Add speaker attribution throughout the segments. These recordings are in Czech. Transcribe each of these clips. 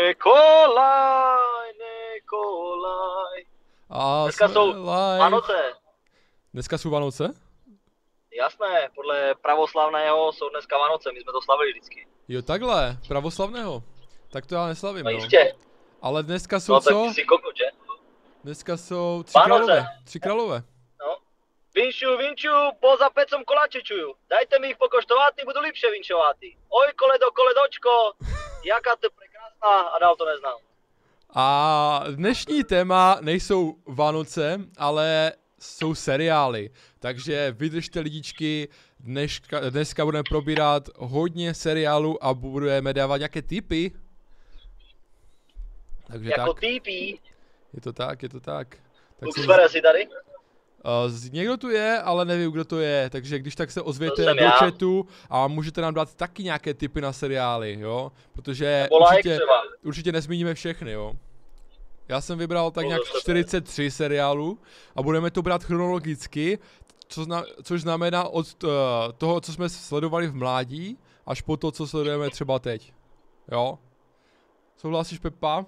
Speaker 1: Nikolaj, Nikolaj.
Speaker 2: A
Speaker 1: Dneska jsou
Speaker 2: live.
Speaker 1: Vánoce.
Speaker 2: Dneska jsou Vánoce?
Speaker 1: Jasné, podle pravoslavného jsou dneska Vánoce, my jsme to slavili vždycky.
Speaker 2: Jo, takhle, pravoslavného. Tak to já neslavím,
Speaker 1: No
Speaker 2: no.
Speaker 1: jistě.
Speaker 2: Ale dneska jsou
Speaker 1: No
Speaker 2: co?
Speaker 1: tak ty jsi kokot, že?
Speaker 2: Dneska jsou
Speaker 1: Vánoce.
Speaker 2: Tři králové.
Speaker 1: No. Vinču, po za pecom koláče čuju. Dajte mi ich pokoštováty, budu lípše vinčováty. Oj, koledočko, jaká to prekrásná a dál to neznám.
Speaker 2: A dnešní téma nejsou Vánoce, ale jsou seriály. Takže vydržte lidičky, dneska budeme probírat hodně seriálů a budeme dávat nějaké tipy. Takže
Speaker 1: Jako
Speaker 2: tak.
Speaker 1: týpí.
Speaker 2: Je to tak. Tak
Speaker 1: Luxfere si tady?
Speaker 2: někdo tu je, ale nevím, kdo to je, takže když tak se ozvěte
Speaker 1: jsem
Speaker 2: do
Speaker 1: já.
Speaker 2: chatu a můžete nám dát taky nějaké tipy na seriály, jo? Protože
Speaker 1: Nebo like třeba.
Speaker 2: určitě nezmíníme všechny, jo? Já jsem vybral tak
Speaker 1: No,
Speaker 2: nějak
Speaker 1: to
Speaker 2: 43 seriálů a budeme to brát chronologicky, což znamená od toho, co jsme sledovali v mládí, až po to, co sledujeme třeba teď, jo? Souhlasíš, Pepa?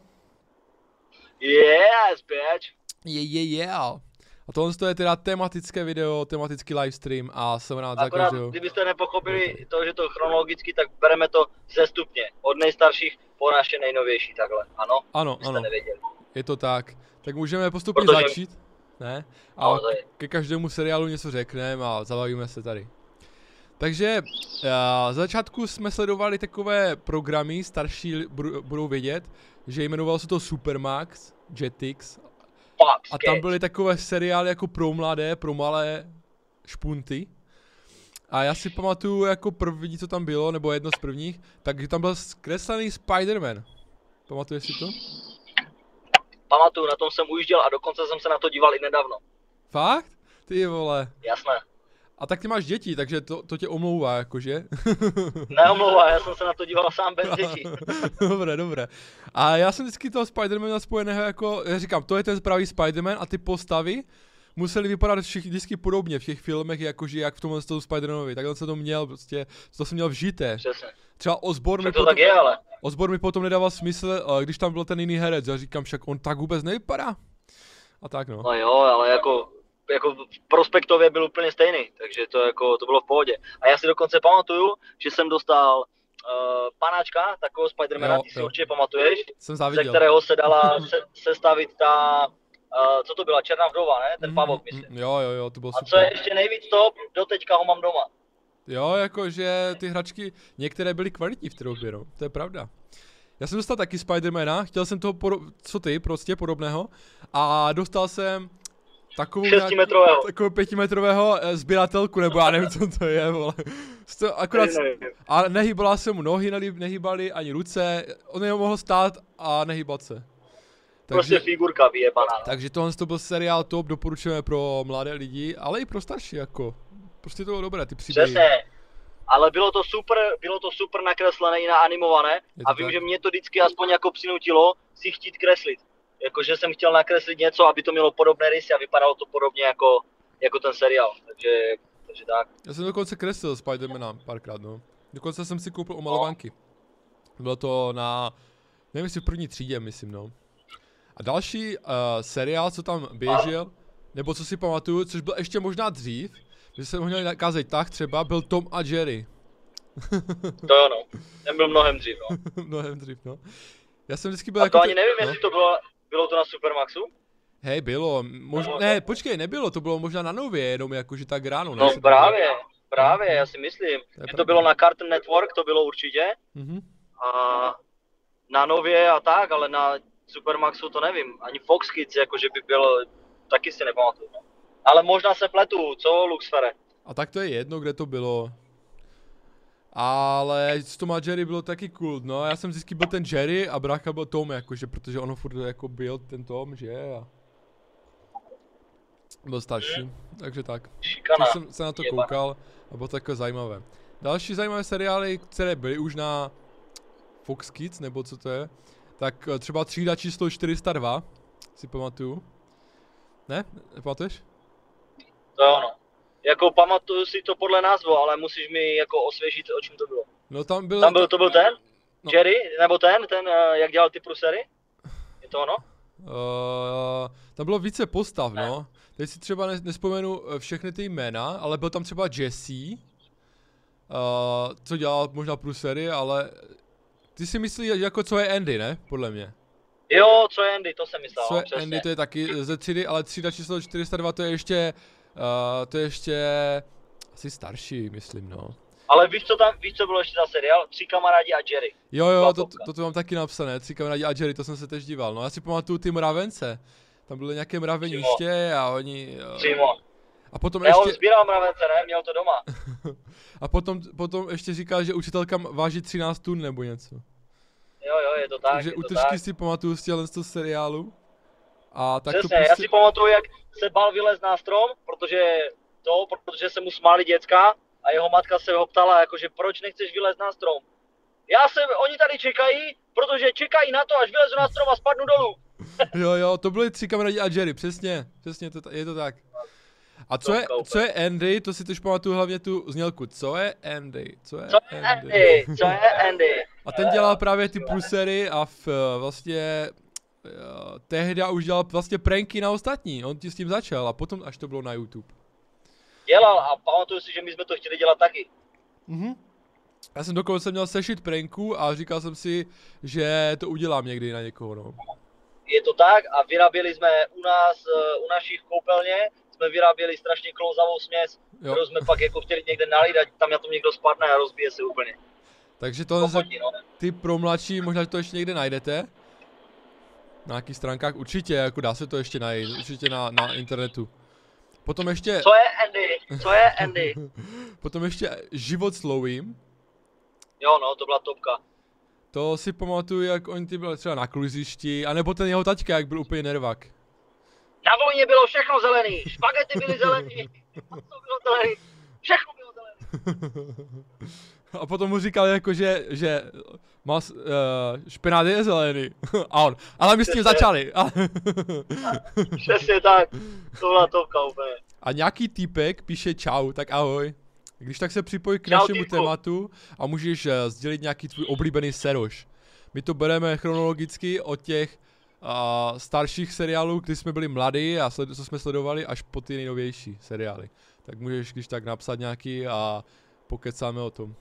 Speaker 1: Yes, bitch.
Speaker 2: Yeah. A tohle je teda tematické video, tematický livestream a jsem rád za
Speaker 1: Akorát,
Speaker 2: každého.
Speaker 1: kdybyste nepochopili to, že to chronologicky, tak bereme to zestupně. Od nejstarších po naše nejnovější, takhle. Ano?
Speaker 2: Ano,
Speaker 1: Byste
Speaker 2: ano,
Speaker 1: nevěděli.
Speaker 2: je to tak. Tak můžeme postupně
Speaker 1: Protože-
Speaker 2: začít, ne? A
Speaker 1: No, to je-
Speaker 2: ke každému seriálu něco řekneme a zabavíme se tady. Takže za začátku jsme sledovali takové programy, starší budou vědět, že jmenovalo se to Supermax, Jetix.
Speaker 1: Fox,
Speaker 2: A tam byly takové seriály jako pro mladé, pro malé špunty. A já si pamatuju jako první, co tam bylo, nebo jedno z prvních, takže tam byl zkreslený Spider-Man. Pamatuješ si to?
Speaker 1: Pamatuju, na tom jsem ujížděl a dokonce jsem se na to díval i nedávno.
Speaker 2: Fakt? Ty vole.
Speaker 1: Jasné.
Speaker 2: A tak ty máš děti, takže to tě omlouvá, jakože?
Speaker 1: Neomlouvá, já jsem se na to díval sám bez dětí.
Speaker 2: Dobré. A já jsem vždycky toho Spidermana spojeného jako, já říkám, to je ten pravý Spiderman a ty postavy museli vypadat vždycky podobně v těch filmech, jakože jak v tomhle toho Spidermanovi, takhle jsem to měl prostě, to jsem měl vžité.
Speaker 1: Přesně.
Speaker 2: Třeba
Speaker 1: Tak to tak je, ale.
Speaker 2: Osborn mi potom nedával smysl, když tam byl ten jiný herec, já říkám, však on tak vůbec nevypadá. A tak no.
Speaker 1: No jo, ale jako v prospektově byl úplně stejný, takže to bylo v pohodě. A já si dokonce pamatuju, že jsem dostal panáčka, takového Spidermana,
Speaker 2: Jo,
Speaker 1: ty si
Speaker 2: jo.
Speaker 1: určitě pamatuješ,
Speaker 2: Jsem
Speaker 1: ze
Speaker 2: záviděl.
Speaker 1: kterého se dala sestavit ta, co to byla, Černá vdova, ne? Ten pavok, myslím.
Speaker 2: Jo, to bylo
Speaker 1: A
Speaker 2: super.
Speaker 1: co je ještě nejvíc top, doteďka ho mám doma.
Speaker 2: Jo, jakože ty hračky, některé byly kvalitní v té době, no, to je pravda. Já jsem dostal taky Spidermana, chtěl jsem toho, co ty, prostě podobného, a dostal jsem takovou
Speaker 1: 6metrového.
Speaker 2: takovou 5metrového sběratelku, nebo já nevím, co to je, vole. Akorát, a nehýbala se mu nohy, nehýbaly ani ruce, on jenom mohl stát a nehýbat se.
Speaker 1: Prostě figurka vyjebaná. No.
Speaker 2: Takže tohle to byl seriál top, doporučujeme pro mladé lidi, ale i pro starší, jako. Prostě to bylo dobré, ty příběhy.
Speaker 1: Přesně. Ale bylo to super nakreslené i naanimované a vím,
Speaker 2: tak.
Speaker 1: že mě to vždycky aspoň jako přinutilo si chtít kreslit. Jakože jsem chtěl nakreslit něco, aby to mělo podobné rysy a vypadalo to podobně jako ten seriál. Takže tak.
Speaker 2: Já jsem dokonce kreslil Spidermana párkrát, no. Dokonce jsem si koupil omalovanky. Bylo to na, nevím jestli v první třídě, myslím, no. A další seriál, co tam běžel, nebo co si pamatuju, což byl ještě možná dřív, že jsem ho měl nakázat tak třeba, byl Tom a Jerry.
Speaker 1: To jo no, ten byl mnohem dřív no.
Speaker 2: Mnohem dřív, no. Já jsem vždycky byl
Speaker 1: A
Speaker 2: jako
Speaker 1: to ani nevím, jestli to bylo to na Supermaxu?
Speaker 2: Hej, bylo, ne, počkej, nebylo, to bylo možná na Nově, jenom jakože tak ráno.
Speaker 1: No právě, já si myslím, že to bylo na Cartoon Network, to bylo určitě. A na Nově a tak, ale na Supermaxu to nevím, ani Fox Kids, jakože by byl, taky si nepamatuju. No. Ale možná se pletu, co Luxfere?
Speaker 2: A tak to je jedno, kde to bylo. Ale s Tom a Jerry bylo taky cool, no, já jsem vždycky byl ten Jerry a brácha byl Tom, jakože, protože ono furt jako byl ten Tom, že, a byl starší, takže tak.
Speaker 1: Šikana.
Speaker 2: Tak jsem se na to koukal a bylo to takové zajímavé. Další zajímavé seriály, které byly už na Fox Kids, nebo co to je, tak třeba Třída číslo 402, si pamatuju. Ne? Nepamatuješ?
Speaker 1: To jo no. Jako pamatuju si to podle názvu, ale musíš mi jako osvěžit, o čem to bylo.
Speaker 2: No tam byl...
Speaker 1: To byl ten? No. Jerry, nebo ten, jak dělal ty prusery? Je to ono?
Speaker 2: Tam bylo více postav, no. Teď si třeba nespomenu všechny ty jména, ale byl tam třeba Jesse, co dělal možná prusery, ale ty si myslíš, jako co je Andy, ne? Podle mě.
Speaker 1: Jo, co je Andy, to jsem myslel.
Speaker 2: Co je přesně. Andy, to je taky ze třídy, ale třída číslo 402 to je ještě asi starší, myslím, no.
Speaker 1: Ale víš, co bylo ještě za seriál? Tři kamarádi a Jerry.
Speaker 2: Jo, to mám taky napsané, Tři kamarádi a Jerry, to jsem se tež díval. No já si pamatuju ty mravence. Tam byly nějaké mraveniště a oni... A potom
Speaker 1: ještě... on sbíral mravence, ne? Měl to doma.
Speaker 2: A potom ještě říkal, že učitelka váží 13 tun nebo něco.
Speaker 1: Jo, je to tak.
Speaker 2: Takže útržky si pamatuju z toho seriálu. A tak
Speaker 1: přesně, já si pamatuju, jak se bál vylez na strom, protože se mu smáli děcka a jeho matka se ho ptala, jakože proč nechceš vylézt na strom. Oni tady čekají, protože čekají na to, až vylezu na strom a spadnu dolů.
Speaker 2: Jo, to byly Tři kamarádi a Jerry, přesně, je to tak. A co je Andy, to si tož pamatuju hlavně tu znělku, co je Andy? A ten dělal právě ty prusery a vlastně tehdy už dělal vlastně pranky na ostatní, on ti s tím začal a potom až to bylo na YouTube.
Speaker 1: Dělal a pamatuju si, že my jsme to chtěli dělat taky.
Speaker 2: Já jsem dokonce měl sešit pranku a říkal jsem si, že to udělám někdy na někoho, no.
Speaker 1: Je to tak a vyráběli jsme u našich koupelně, jsme vyráběli strašně klouzavou směs, kterou jsme pak jako chtěli někde nalít a tam na tom někdo spadne a rozbije se úplně.
Speaker 2: Takže to ty pro mladší, možná to ještě někde najdete. Na nějakých stránkách určitě, jako dá se to ještě najít, určitě na internetu. Potom ještě...
Speaker 1: Co je Andy?
Speaker 2: Potom ještě Život s Louiem.
Speaker 1: Jo no, to byla topka.
Speaker 2: To si pamatuju, jak oni ty byli třeba na kluzišti, anebo ten jeho taťka, jak byl úplně nervák.
Speaker 1: Na vojně bylo všechno zelený, špagety byly zelený, maso bylo zelený, všechno bylo zelený.
Speaker 2: A potom mu říkal jako, že špenát je zelený. A on, ale my s tím začali.
Speaker 1: Přesně tak, to byla topka úplně.
Speaker 2: A nějaký týpek píše čau, tak ahoj. Když tak se připoj k našemu tématu a můžeš sdělit nějaký tvůj oblíbený seroš. My to bereme chronologicky od těch starších seriálů, kdy jsme byli mladí a co jsme sledovali, až po ty nejnovější seriály. Tak můžeš když tak napsat nějaký a pokecáme o tom.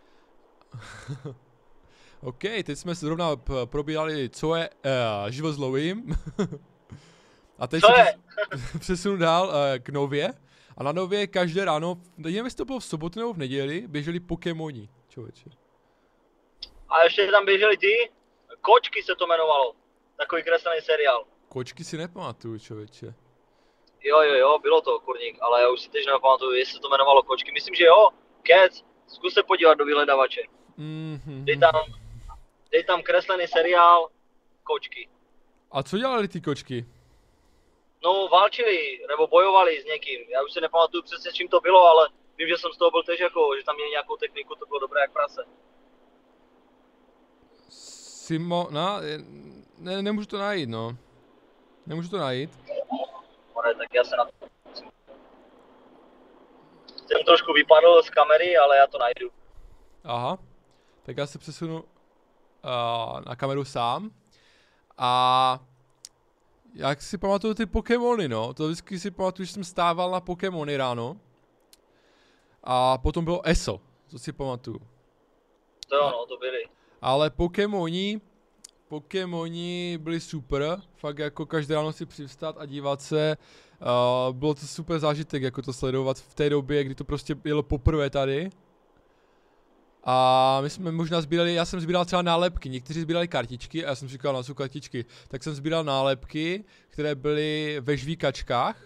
Speaker 2: OK, teď jsme zrovna probírali, co je Život s Louiem. A teď se přesunu dál k Nově. A na Nově každé ráno, nevím, jestli to bylo v sobotu nebo v neděli, běželi Pokémoni, člověče.
Speaker 1: A ještě tam běželi ty, Kočky se to jmenovalo, takový kreslený seriál.
Speaker 2: Kočky si nepamatuju, člověče.
Speaker 1: Jo, bylo to, kurník, ale já už si teď nepamatuju, jestli se to jmenovalo Kočky, myslím, že jo, Kec, zkus se podívat do vyhledavače. Dej tam kreslený seriál, Kočky.
Speaker 2: A co dělali ty kočky?
Speaker 1: No, válčili, nebo bojovali s někým. Já už se nepamatuju přesně, s čím to bylo, ale vím, že jsem z toho byl tež jako, že tam měli nějakou techniku, to bylo dobré jak prase.
Speaker 2: Nemůžu to najít, no. Nemůžu to najít.
Speaker 1: Tak já se na to... Jsem trošku vypadl z kamery, ale já to najdu.
Speaker 2: Aha. Tak já se přesunu na kameru sám. A... Jak si pamatuju ty Pokémony, no, to vždycky si pamatuju, že jsem stával na Pokémony ráno. A potom bylo ESO, to si pamatuju.
Speaker 1: To jo, no, to byly.
Speaker 2: Ale Pokémoni byli super, fakt jako každé ráno si přivstát a dívat se. Bylo to super zážitek, jako to sledovat v té době, kdy to prostě bylo poprvé tady. A my jsme možná sbírali, já jsem sbíral třeba nálepky, někteří sbírali kartičky a já jsem říkal, na jsou kartičky, tak jsem sbíral nálepky, které byly ve žvíkačkách.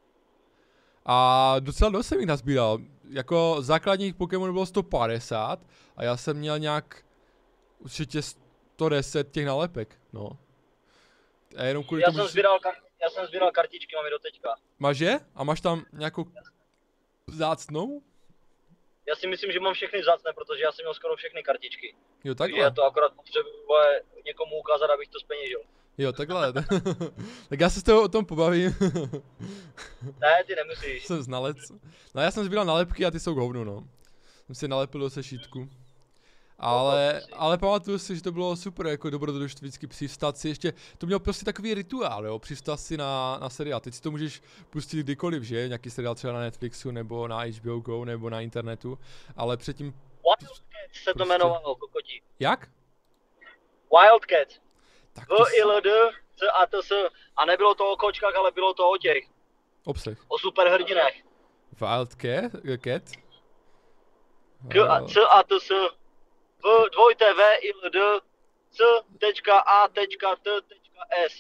Speaker 2: A docela dost jsem jich nazbíral, jako základních Pokémonů bylo 150 a já jsem měl nějak určitě 110 těch nálepek, no. A jenom kvůli
Speaker 1: tomu, já jsem sbíral kartičky, mám je do teďka.
Speaker 2: Máš je? A máš tam nějakou vzácnou?
Speaker 1: Já si myslím, že mám všechny vzácné, protože já jsem měl skoro všechny kartičky.
Speaker 2: Jo, takhle.
Speaker 1: Já to akorát potřebuji někomu ukázat, abych to zpeněžil.
Speaker 2: Jo, takhle. Tak já se s tebou o tom pobavím.
Speaker 1: Ne, ty nemusíš.
Speaker 2: Jsem znalec. No já jsem sbíral nálepky a ty jsou k hovnu, no. Jsem si nalepil do sešítku. Ale pamatuju si, že to bylo super, jako dobrodružství, vždycky přistat si ještě, to mělo prostě takový rituál, jo, přistat si na seriál, teď si to můžeš pustit kdykoliv, že, nějaký seriál třeba na Netflixu, nebo na HBO Go, nebo na internetu, ale předtím...
Speaker 1: Wildcats se to jmenovalo, kokotí.
Speaker 2: Jak?
Speaker 1: Wildcats.
Speaker 2: Tak
Speaker 1: A nebylo to o kočkách, ale bylo to o těch.
Speaker 2: Obsah.
Speaker 1: O superhrdinech.
Speaker 2: Wildcat?
Speaker 1: C-A-T-S. V2TVILD C.A.T.T.S.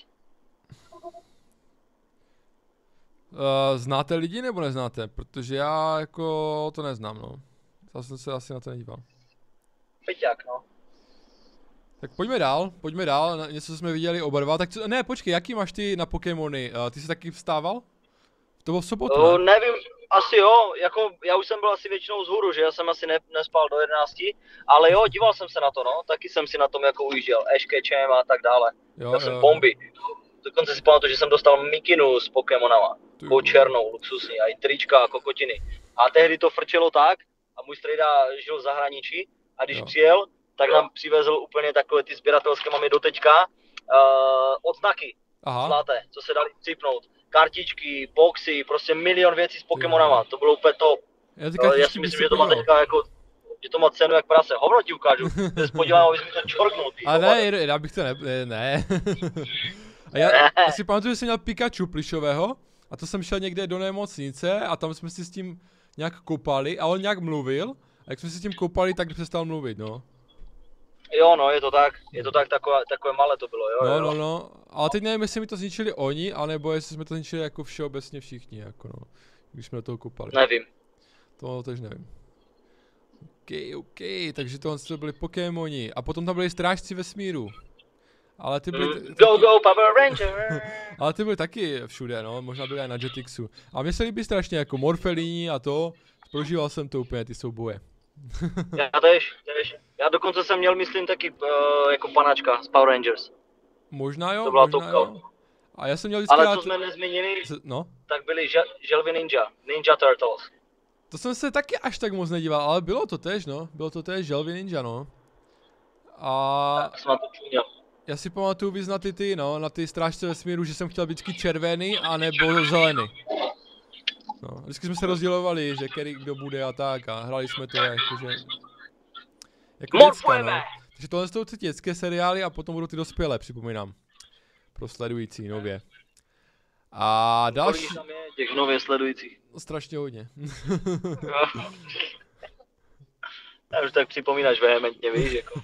Speaker 2: Znáte lidi nebo neznáte? Protože já jako to neznám, no. Já jsem se asi na to nedíval.
Speaker 1: Peťák, no.
Speaker 2: Tak pojďme dál, něco jsme viděli oba dva, tak co, ne, počkej, jaký máš ty na Pokémony, ty jsi taky vstával? To bylo v sobotu, ne?
Speaker 1: Nevím, asi jo, jako já už jsem byl asi většinou vzhůru, že já jsem asi nespal do 11, ale jo, díval jsem se na to, no, taky jsem si na tom jako ujížděl, Ash Ketchum a tak dále. Já jsem bomby. Dokonce si pamatuju, že jsem dostal mikinu s Pokémonama, po černou, luxusní, a i trička a kokotiny. A tehdy to frčelo tak, a můj strejda žil v zahraničí, a když přijel, tak nám přivezl úplně takové ty sběratelské, máme doteďka, odznaky zlaté, co se dali připnout. Kartičky, boxy, prostě milion věcí s Pokémonama, to bylo úplně top. Já si myslím, že to má teďka jako, že to má cenu jak prase. Hovno ti ukážu, se podívám, abys mi to čorknul.
Speaker 2: A ne, já bych to ne. A já si pamatuju, že jsem měl Pikachu plišového a to jsem šel někde do nemocnice a tam jsme si s tím nějak koupali a on nějak mluvil a jak jsme si s tím koupali, tak přestal mluvit, no.
Speaker 1: Jo, no, je to tak, takové malé to bylo, jo.
Speaker 2: No, ale teď nevím, jestli mi to zničili oni, anebo jestli jsme to zničili jako všeobecně všichni, jako no, když jsme do toho koupali.
Speaker 1: Nevím.
Speaker 2: To tež nevím. OK, takže tohle byli Pokémoni a potom tam byli Strážci vesmíru. Ale ty byly...
Speaker 1: Go, Power Ranger!
Speaker 2: Ale ty byly taky všude, no, možná byly i na Jetixu. A mně se líbí strašně jako Morphelini a to, prožíval jsem to úplně, ty souboje.
Speaker 1: Já tež. Já dokonce jsem měl, myslím, taky jako panáčka z Power Rangers.
Speaker 2: Možná jo,
Speaker 1: to byla
Speaker 2: možná
Speaker 1: topka.
Speaker 2: Jo. A já jsem měl vždycky
Speaker 1: ale co jsme nezmínili, tak byly želvy Ninja Turtles.
Speaker 2: To jsem se taky až tak moc nedíval, ale bylo to též, no. Bylo to též želvy Ninja, no. A... Já si pamatuju víc na ty, no, na ty Strážce vesmíru, že jsem chtěl vždycky červený, anebo zelený. No, vždycky jsme se rozdělovali, že který kdo bude a tak a hrali jsme to jakože... Jako děcka, no. Takže tohle jsou ty dětské seriály a potom budou ty dospělé, připomínám. Pro sledující nově. A další...
Speaker 1: Kolik tam je těch nově sledujících?
Speaker 2: Strašně hodně.
Speaker 1: Já už tak připomínáš vehementně, víš, jako.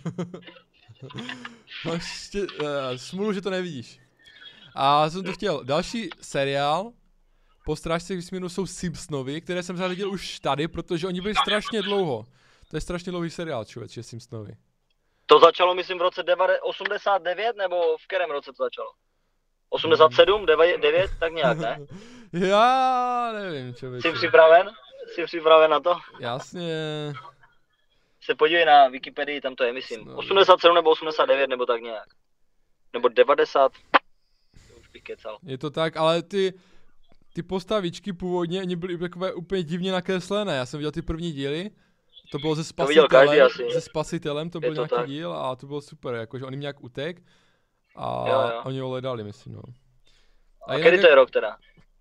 Speaker 2: Máš smůlu, že to nevidíš. A jsem to chtěl, další seriál po Strážcích vesmíru jsou Simpsonovi, které jsem zařadil už tady, protože oni byli strašně dlouho. To je strašně dlouhý seriál, člověče, Simpsonovi.
Speaker 1: To začalo, myslím, v roce 89, nebo v kterém roce to začalo? 87, 9, tak nějak, ne?
Speaker 2: Já nevím, člověče.
Speaker 1: Jsi připraven na to?
Speaker 2: Jasně.
Speaker 1: Se podívej na Wikipedii, tam to je, myslím. 87 nebo 89, nebo tak nějak. Nebo 90. Už bych kecal.
Speaker 2: Je to tak, ale ty postavičky původně, oni byly takové úplně divně nakreslené. Já jsem viděl ty první díly. To bylo se Spasitelem, to byl nějaký díl a to bylo super, jakože on jim nějak utek a
Speaker 1: jo.
Speaker 2: oni ho hledali, myslím, no.
Speaker 1: A kdy to je rok teda?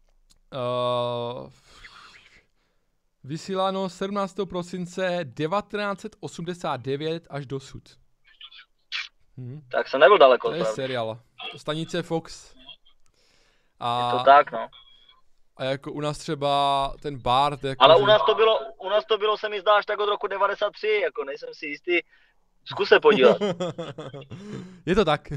Speaker 2: Vysíláno 17. prosince 1989 až dosud.
Speaker 1: Tak jsem nebyl daleko.
Speaker 2: To je seriál. Stanice Fox.
Speaker 1: Je to tak, no.
Speaker 2: A jako u nás třeba ten Bart, jako
Speaker 1: ale u nás to bylo, se mi zdáš, tak od roku 93, jako nejsem si jistý. Zkus se podívat.
Speaker 2: Je to tak.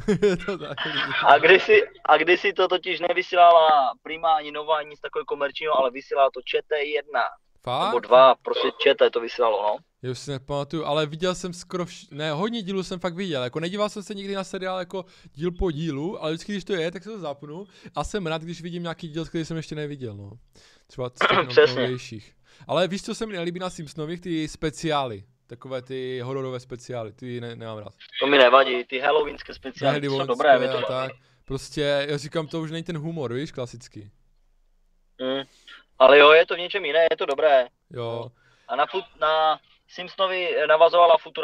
Speaker 1: A kdysi to totiž nevysílala Prima ani Nova, ani nic takového komerčního, ale vysílala to ČT1.
Speaker 2: Fakt?
Speaker 1: Nebo 2, prostě ČT to vysílalo, no.
Speaker 2: Já už si nepamatuju, ale viděl jsem skoro hodně dílů jsem fakt viděl, jako nedíval jsem se nikdy na seriál jako díl po dílu, ale vždycky, když to je, tak se to zapnu a jsem rád, když vidím nějaký díl, který jsem ještě neviděl, no. Třeba z novějších. Ale víš, co se mi nelíbí na Simpsonových, ty speciály, takové ty hororové speciály, ty nemám rád.
Speaker 1: To mi nevadí, ty halloweenské speciály, ty jsou dobré, mi to
Speaker 2: tak. Prostě, já říkám, to už není ten humor, víš, klasický.
Speaker 1: Ale jo, je to v něčem jiné, je to dobré.
Speaker 2: Jo.
Speaker 1: A na Simpsonovi navazovala Futurama,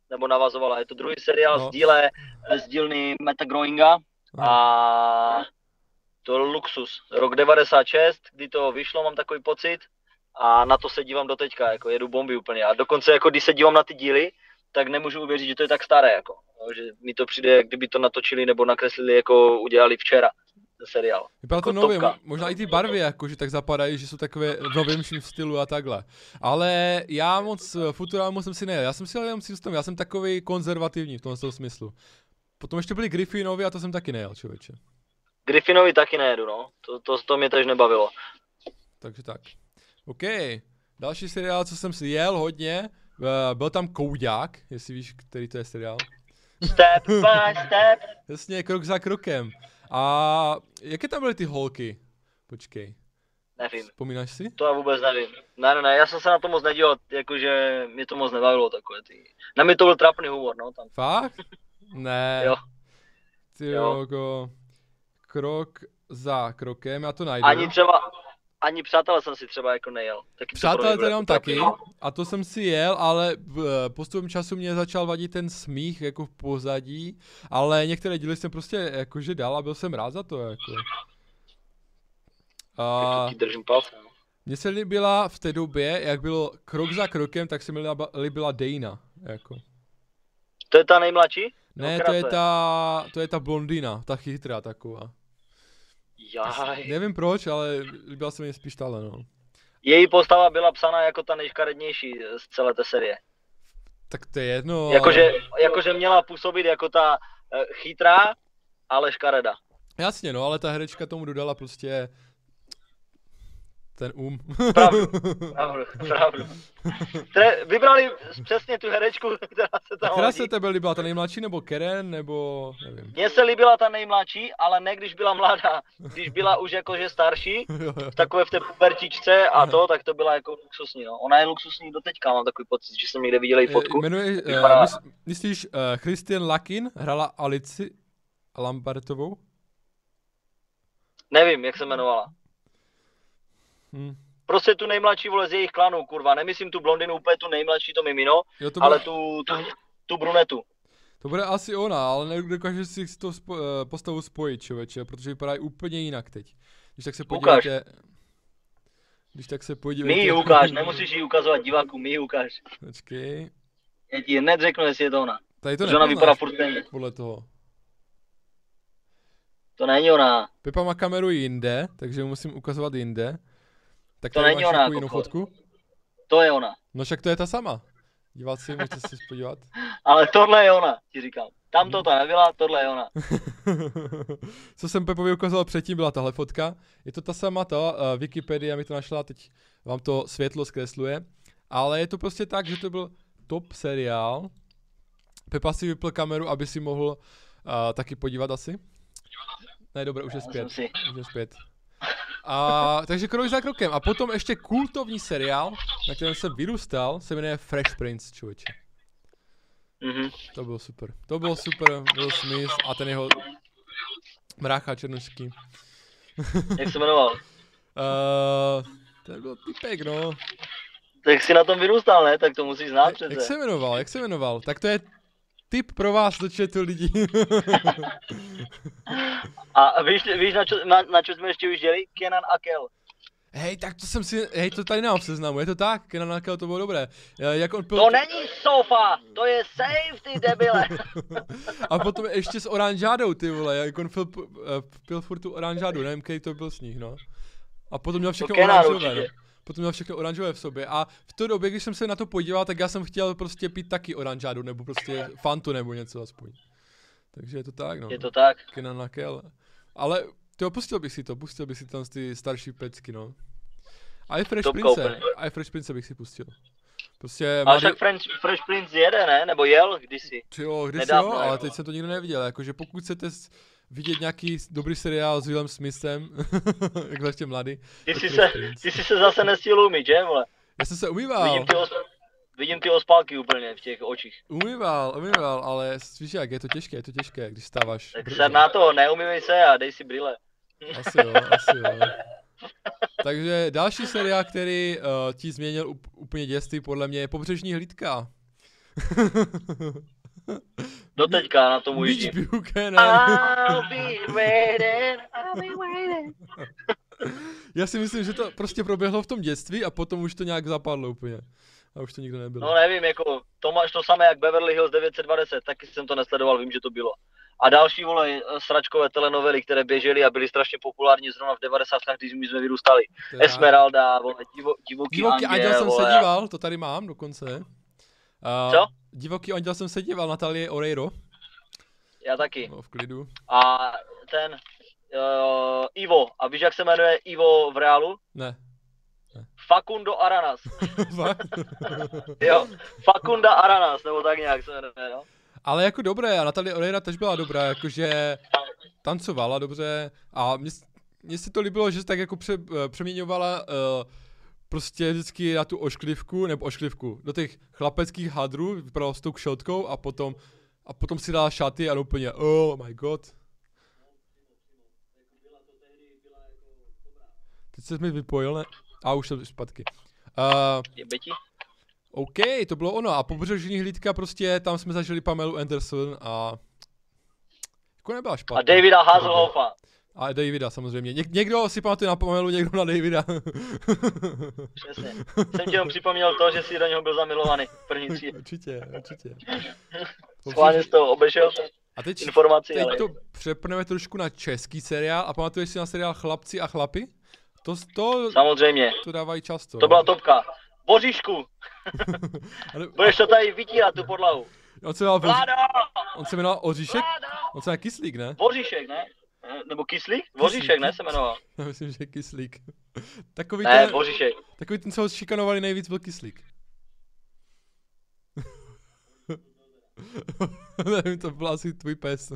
Speaker 1: nebo navazovala. Je to druhý seriál z dílny Meta Groeninga a to Luxus. Rok 96, kdy to vyšlo, mám takový pocit a na to se dívám do teďka, jako jedu bomby úplně. A dokonce jako když se dívám na ty díly, tak nemůžu uvěřit, že to je tak staré, jako. Že mi to přijde, jak kdyby to natočili nebo nakreslili, jako udělali včera. Seriál.
Speaker 2: Vypadá to nově, možná i ty barvy jakože tak zapadají, že jsou takové v novějším stylu a takhle. Ale já moc Futurama jsem si nejel, já jsem si jenom systém, já jsem takový konzervativní v tomto smyslu. Potom ještě byli Griffinovi a to jsem taky nejel, člověče.
Speaker 1: Griffinovi taky nejedu, no. To mě tež nebavilo.
Speaker 2: Takže tak. OK. Další seriál, co jsem si jel hodně, byl tam Koudák, jestli víš, který to je seriál.
Speaker 1: Step by step.
Speaker 2: Jasně, krok za krokem. A jaké tam byly ty holky? Počkej.
Speaker 1: Nevím.
Speaker 2: Vzpomínáš si?
Speaker 1: To já vůbec nevím. Ne, já jsem se na to moc nedíval, jakože mě to moc nebavilo takové ty. Na mě to byl trapný humor, no tam.
Speaker 2: Fakt? Ne.
Speaker 1: Jo.
Speaker 2: Ty jo. Krok za krokem, já to najdu.
Speaker 1: Ani Přátelé jsem si třeba jako nejel.
Speaker 2: Přátelé to jenom taky, a to jsem si jel, ale postupem času mě začal vadit ten smích jako v pozadí, ale některé díly jsem prostě jakože dal a byl jsem rád za to jako.
Speaker 1: Držím palce.
Speaker 2: Mně se líbila v té době, jak bylo krok za krokem, tak se mi líbila Dana, jako.
Speaker 1: To je ta nejmladší?
Speaker 2: Ne, to je ta blondýna, ta chytrá taková.
Speaker 1: Jaj.
Speaker 2: Nevím proč, ale líbila se mi spíš tahle, no.
Speaker 1: Její postava byla psaná jako ta nejškarednější z celé té série.
Speaker 2: Tak to je jedno.
Speaker 1: Jakože měla působit jako ta chytrá, ale škareda.
Speaker 2: Jasně, no, ale ta herečka tomu dodala prostě ten
Speaker 1: Pravdu. Vybrali přesně tu herečku, která se tam
Speaker 2: která se tebe líbila, ta nejmladší nebo Karen, nebo nevím.
Speaker 1: Mně se líbila ta nejmladší, ale ne když byla mladá. Když byla už jakože starší, takové v té pubertičce a to, tak to byla jako luxusní, no. Ona je luxusní do teďka, mám takový pocit, že jsem někde viděl její fotku.
Speaker 2: Myslíš Christian Lakin hrála Alici Lambertovou?
Speaker 1: Nevím, jak se jmenovala. Prostě tu nejmladší, vole, z jejich klanů, kurva. Nemyslím tu blondinu, úplně tu nejmladší, to mimino, ale tu brunetu.
Speaker 2: To bude asi ona, ale nedokážu si s tou postavu spojit, člověče, protože vypadá úplně jinak teď. Když tak se podíváte...
Speaker 1: My ji ukáž, nemusíš ji ukazovat divákům, my ji ukáž.
Speaker 2: Počkej.
Speaker 1: Já ti hned řeknu, jestli je to ona.
Speaker 2: Tady to
Speaker 1: ona vypadá furt stejně.
Speaker 2: Podle toho.
Speaker 1: To není ona.
Speaker 2: Pepa má kameru jinde, takže musím ukazovat jinde. Tak
Speaker 1: to není ona,
Speaker 2: jinou fotku?
Speaker 1: To je ona.
Speaker 2: No však to je ta sama. Diváci, můžete si podívat.
Speaker 1: Ale tohle je ona, ti říkám. Tam to nebyla, tohle je ona.
Speaker 2: Co jsem Pepovi ukazoval předtím, byla tahle fotka. Je to ta sama Wikipedia mi to našla, teď vám to světlo zkresluje. Ale je to prostě tak, že to byl top seriál. Pepa si vypl kameru, aby si mohl taky podívat asi. Ne, dobré, už je zpět. Takže krok za krokem. A potom ještě kultovní seriál, na kterém jsem vyrůstal, se jmenuje Fresh Prince, člověče. To bylo super, byl Smith a ten jeho mrácha černošský.
Speaker 1: Jak se jmenoval?
Speaker 2: Ten byl typek, no.
Speaker 1: Tak jsi na tom vyrůstal, ne? Tak to musíš znát přece.
Speaker 2: Jak se jmenoval? Tak to je tip pro vás, do chatu lidi.
Speaker 1: A víš na čo jsme ještě viděli? Kenan a Kel.
Speaker 2: Hej, tak to tady nemám v seznamu, je to tak? Kenan a Kel, to bylo dobré. Jak on
Speaker 1: to není sofa, to je safe, ty debile.
Speaker 2: A potom ještě s oranžádou, ty vole, jak on pil furt tu oranžádu, nevím, který to byl s nich, no. A potom měl všechno oranžové, no. Potom měl všechno oranžové v sobě a v té době, když jsem se na to podíval, tak já jsem chtěl prostě pít taky oranžádu, nebo prostě Fantu nebo něco aspoň. Takže je to tak, no.
Speaker 1: Je to tak.
Speaker 2: Kenan a Kel. Ale pustil bych si tam ty starší pecky, no. A i Fresh Prince bych si pustil. Prostě
Speaker 1: ale však Fresh Prince jede, ne? Nebo jel kdysi?
Speaker 2: Jo, ale teď jsem to nikdo neviděl, jakože pokud chcete vidět nějaký dobrý seriál s Willem Smithem, jak ještě mladý.
Speaker 1: Ty jsi se zase nestihl umýt, že, vole?
Speaker 2: Já jsem se umýval.
Speaker 1: Vidím ty ospálky úplně v těch očích.
Speaker 2: Umýval, ale víš jak, je to těžké, když stáváš.
Speaker 1: Tak se na to, neumývej se a dej si brýle.
Speaker 2: Asi jo. Takže další seriál, který ti změnil úplně dětství, podle mě je Pobřežní hlídka.
Speaker 1: Doteďka na tom
Speaker 2: Mitch
Speaker 1: ujíždím.
Speaker 2: Buchanan.
Speaker 1: I'll be waiting, I'll be waiting.
Speaker 2: Já si myslím, že to prostě proběhlo v tom dětství a potom už to nějak zapadlo úplně. A už to nikdo nebylo.
Speaker 1: No nevím, jako to máš to samé jak Beverly Hills 920, taky jsem to nesledoval, vím, že to bylo. A další, vole, sračkové telenovely, které běžely a byly strašně populární zrovna v 90. když my jsme vyrůstali.
Speaker 2: Teda...
Speaker 1: Esmeralda, vole, divoký
Speaker 2: anděl jsem
Speaker 1: vole.
Speaker 2: se díval, to tady mám dokonce.
Speaker 1: Co?
Speaker 2: Divoký anděl jsem se díval, Natalie Oreiro.
Speaker 1: Já taky.
Speaker 2: No, v klidu.
Speaker 1: A ten Ivo, a víš, jak se jmenuje Ivo v reálu?
Speaker 2: Ne.
Speaker 1: Facundo Aranas. Jo, Facunda Aranas, nebo tak nějak se jmenuje, no.
Speaker 2: Ale jako dobré, a Natalie Oreiro tež byla dobrá, jakože tancovala dobře a mně se to líbilo, že se tak jako přeměňovala prostě vždycky na tu ošklivku, do těch chlapeckých hadrů, vypadala s tou kšeltkou a potom si dala šaty a úplně, oh my god. Teď se mi vypojil, ne? A už jsem zpátky. OK, to bylo ono. A Pobřežní hlídka prostě, tam jsme zažili Pamelu Anderson a... Jako nebyla špatná.
Speaker 1: A Davida Hasselhoffa.
Speaker 2: A Davida samozřejmě. Někdo si pamatuje na Pamelu, někdo na Davida.
Speaker 1: Přesně. Jsem ti jenom připomněl to, že jsi do něho byl zamilovaný v první třídě.
Speaker 2: Určitě.
Speaker 1: Schválně jsi to obešel
Speaker 2: a teď
Speaker 1: informaci, ale...
Speaker 2: to přepneme trošku na český seriál. A pamatuješ si na seriál Chlapci a chlapi? To
Speaker 1: samozřejmě.
Speaker 2: To dávají často.
Speaker 1: To byla topka. Boříšku! Budeš to tady vytírat, tu podlahu.
Speaker 2: On se jmenoval Oříšek? On se jmenoval Kyslík, ne?
Speaker 1: Boříšek, ne? Nebo Kyslík? Boříšek, ne, se jmenoval.
Speaker 2: Já myslím, že Kyslík.
Speaker 1: Boříšek.
Speaker 2: Takový ten, co ho šikanovali nejvíc, byl Kyslík. Nevím, to byl asi tvůj pes.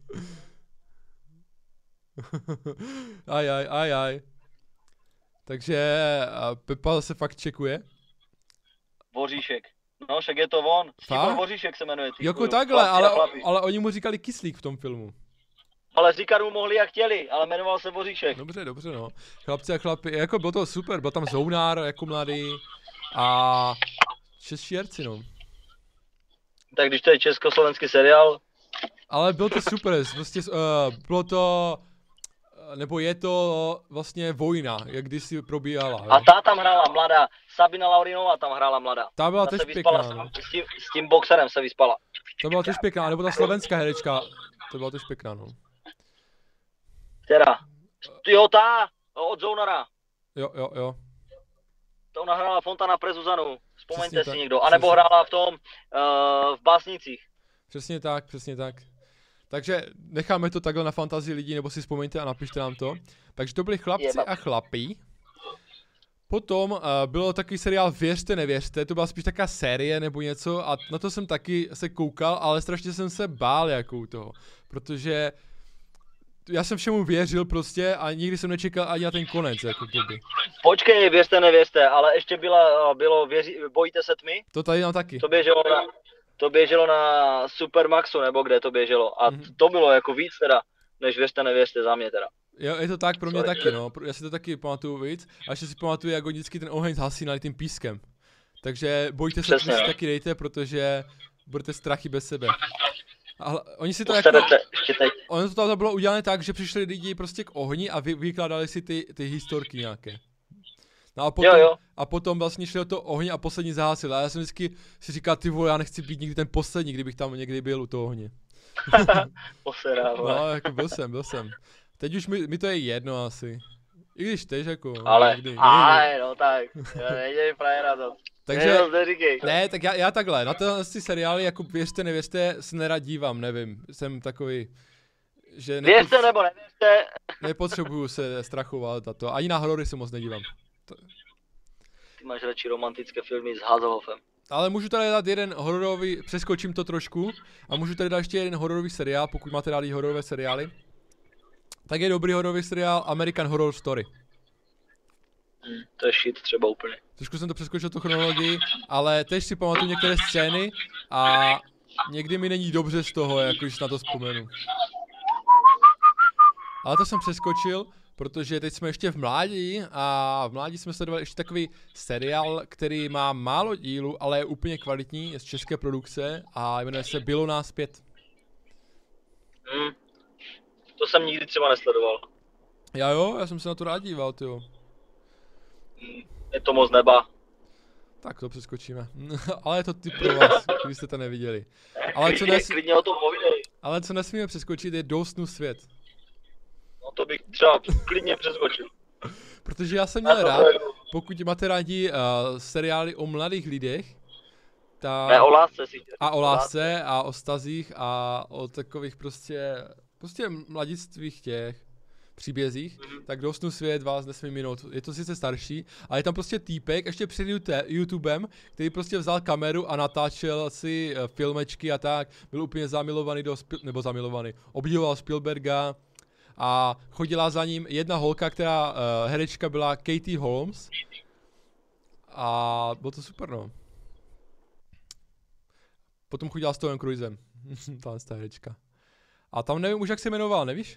Speaker 2: Aj. Takže Pepa se fakt čekuje.
Speaker 1: Boříšek. No, však je to on. Šimon Boříšek se jmenuje.
Speaker 2: Jako takhle, ale oni mu říkali Kyslík v tom filmu.
Speaker 1: Ale říkat mu mohli jak chtěli, ale jmenoval se Boříšek.
Speaker 2: Dobře, no. Chlapci a chlapi, jako bylo to super, byl tam Zounár jako mladý a čeští herci, no.
Speaker 1: Tak když to je československý seriál.
Speaker 2: Ale bylo to super, prostě bylo to... Nebo je to vlastně vojna, jak kdysi probíhala.
Speaker 1: A ta tam hrála mladá, Sabina Laurinová tam hrála mladá.
Speaker 2: Ta byla tež pěkná, no.
Speaker 1: S tím boxerem se vyspala.
Speaker 2: To byla tež pěkná, nebo ta slovenská herečka, to byla tež pěkná, no.
Speaker 1: Která? Jo, ta, od Zounara.
Speaker 2: Jo.
Speaker 1: To ona hrála Fontana pre Zuzanu, vzpomeňte si někdo. A nebo hrála v tom, v Básnicích.
Speaker 2: Přesně tak. Takže necháme to takhle na fantazii lidí, nebo si vzpomeňte a napište nám to. Takže to byli Chlapci a chlapi. Potom bylo takový seriál Věřte, nevěřte, to byla spíš taková série nebo něco a na to jsem taky se koukal, ale strašně jsem se bál jako u toho, protože já jsem všemu věřil prostě a nikdy jsem nečekal ani na ten konec, jako kdyby.
Speaker 1: Počkej, Věřte, nevěřte, ale ještě bylo Bojíte se tmy?
Speaker 2: To tady mám taky.
Speaker 1: To běželo na Supermaxu, nebo kde to běželo. A to bylo jako víc teda, než Věřte, nevěřte za mě teda.
Speaker 2: Jo, je to tak pro mě taky, no. Já si to taky pamatuju víc. A ještě si pamatuju, jak vždycky ten oheň zhasínali tím pískem. Takže bojte se, si taky dejte, protože budete strachy bez sebe. Ale oni si to jako... Ono to tam bylo udělané tak, že přišli lidi prostě k ohni a vykládali si ty historky nějaké. No a potom vlastně šli do toho ohně a poslední zahásil. A já jsem vždycky si říkal, ty vole, já nechci být nikdy ten poslední, kdybych tam někdy byl u toho ohně. No, jako byl jsem. Teď už mi to je jedno asi. I když tež jako.
Speaker 1: Ale, no tak, neděj frajera to.
Speaker 2: Takže, ne, tak já takhle, na tyhle seriály, jako Věřte, nevěřte, se nerad dívám, nevím, jsem takový, že
Speaker 1: věřte nebo nevěřte.
Speaker 2: Nepotřebuju se strachovat a to, ani na horory se moc nedívám.
Speaker 1: Ty máš radši romantické filmy s Hasselhoffem.
Speaker 2: Ale můžu tady dát jeden hororový, přeskočím to trošku, a můžu tady dát ještě jeden hororový seriál, pokud máte rádi hororové seriály. Tak je dobrý hororový seriál American Horror Story.
Speaker 1: To je shit třeba úplně.
Speaker 2: Trošku jsem to přeskočil tu chronologii, ale tež si pamatuju některé scény a někdy mi není dobře z toho, jako když na to vzpomenu. Ale to jsem přeskočil. protože teď jsme ještě v mládí a v mládí jsme sledovali ještě takový seriál, který má málo dílů, ale je úplně kvalitní, je z české produkce a jmenuje se Bylo nás 5.
Speaker 1: To jsem nikdy třeba nesledoval.
Speaker 2: Já jsem se na to rád díval, tyjo.
Speaker 1: Je to moc neba.
Speaker 2: Tak to přeskočíme. Ale je to typ pro vás, kdybyste to neviděli.
Speaker 1: Klidně o tom povídej.
Speaker 2: Ale co nesmíme přeskočit je Dost snů svět.
Speaker 1: No to bych třeba klidně přeskočil.
Speaker 2: Protože já jsem měl rád, pokud máte rádi seriály o mladých lidech,
Speaker 1: Ne, o lásce si.
Speaker 2: A o lásce a o stazích a o takových prostě mladistvých těch příbězích, tak Dost snů svět vás nesmí minout. Je to sice starší, ale je tam prostě týpek, ještě před YouTubem, který prostě vzal kameru a natáčel si filmečky a tak, byl úplně zamilovaný obdivoval Spielberga a chodila za ním jedna holka, která herečka byla Katie Holmes a bylo to super, no. Potom chodila s Tomem Cruisem, ta herečka. A tam nevím už, jak se jmenoval, nevíš?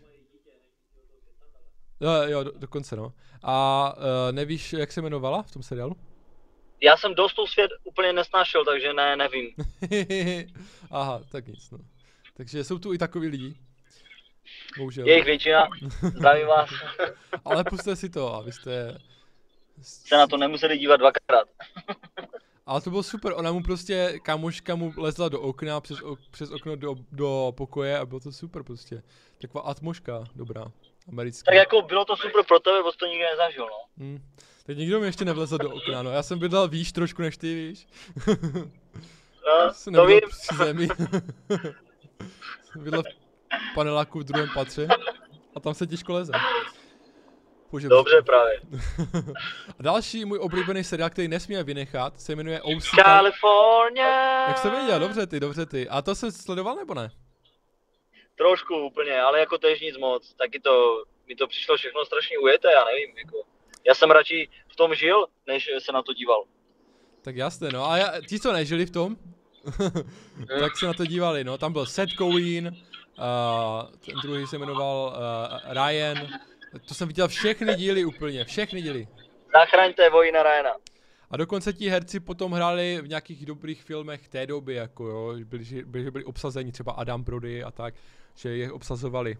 Speaker 2: Jo, dokonce no. A nevíš, jak se jmenovala v tom seriálu?
Speaker 1: Já jsem Dost snů svět úplně nesnášel, takže nevím.
Speaker 2: Aha, tak nic, no. Takže jsou tu i takový lidi. Bohužel.
Speaker 1: Je jich většina, zdravím vás.
Speaker 2: Ale pusťte si to, abyste
Speaker 1: se na to nemuseli dívat dvakrát.
Speaker 2: Ale to bylo super, ona mu prostě, kamoška mu lezla do okna, přes okno do pokoje a bylo to super prostě. Taková atmoška, dobrá, americká.
Speaker 1: Tak jako bylo to super pro tebe, bo jsi to nikdy nezažil, no.
Speaker 2: Teď nikdo mi ještě nevlezl do okna, no, já jsem bydlel výš trošku než ty, víš.
Speaker 1: No, to vím.
Speaker 2: Při zemi. Jsem bydlel v paneláku v druhém patře a tam se těžko leze.
Speaker 1: Dobře právě.
Speaker 2: A další můj oblíbený seriál, který nesmíme vynechat, se jmenuje OC
Speaker 1: California.
Speaker 2: Jak jsem věděl, dobře ty. A to jsem sledoval nebo ne?
Speaker 1: Trošku úplně, ale jako tež nic moc. Taky mi to přišlo všechno strašně ujeté, já nevím, jako. Já jsem radši v tom žil, než se na to díval.
Speaker 2: Tak jasné, no a ti, co nežili v tom, tak se na to dívali, no. Tam byl Seth Cohen, ten druhý se jmenoval Ryan. To jsem viděl všechny díly úplně, všechny díly.
Speaker 1: Zachraňte vojína Ryana.
Speaker 2: A dokonce ti herci potom hráli v nějakých dobrých filmech té doby, jako jo, byli obsazeni, třeba Adam Brody a tak, že je obsazovali.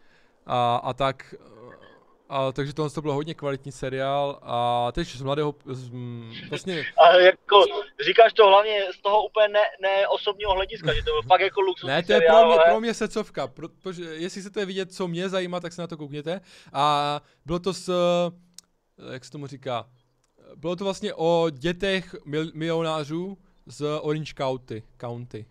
Speaker 2: Takže to byl hodně kvalitní seriál a teď z mladého, vlastně...
Speaker 1: A jako, říkáš to hlavně z toho úplně neosobního hlediska, že to byl fakt jako luxusní seriál.
Speaker 2: Ne, to je pro mě secovka, protože jestli chcete vidět, co mě zajímá, tak se na to koukněte. A bylo to jak se tomu říká, bylo to vlastně o dětech milionářů z Orange County.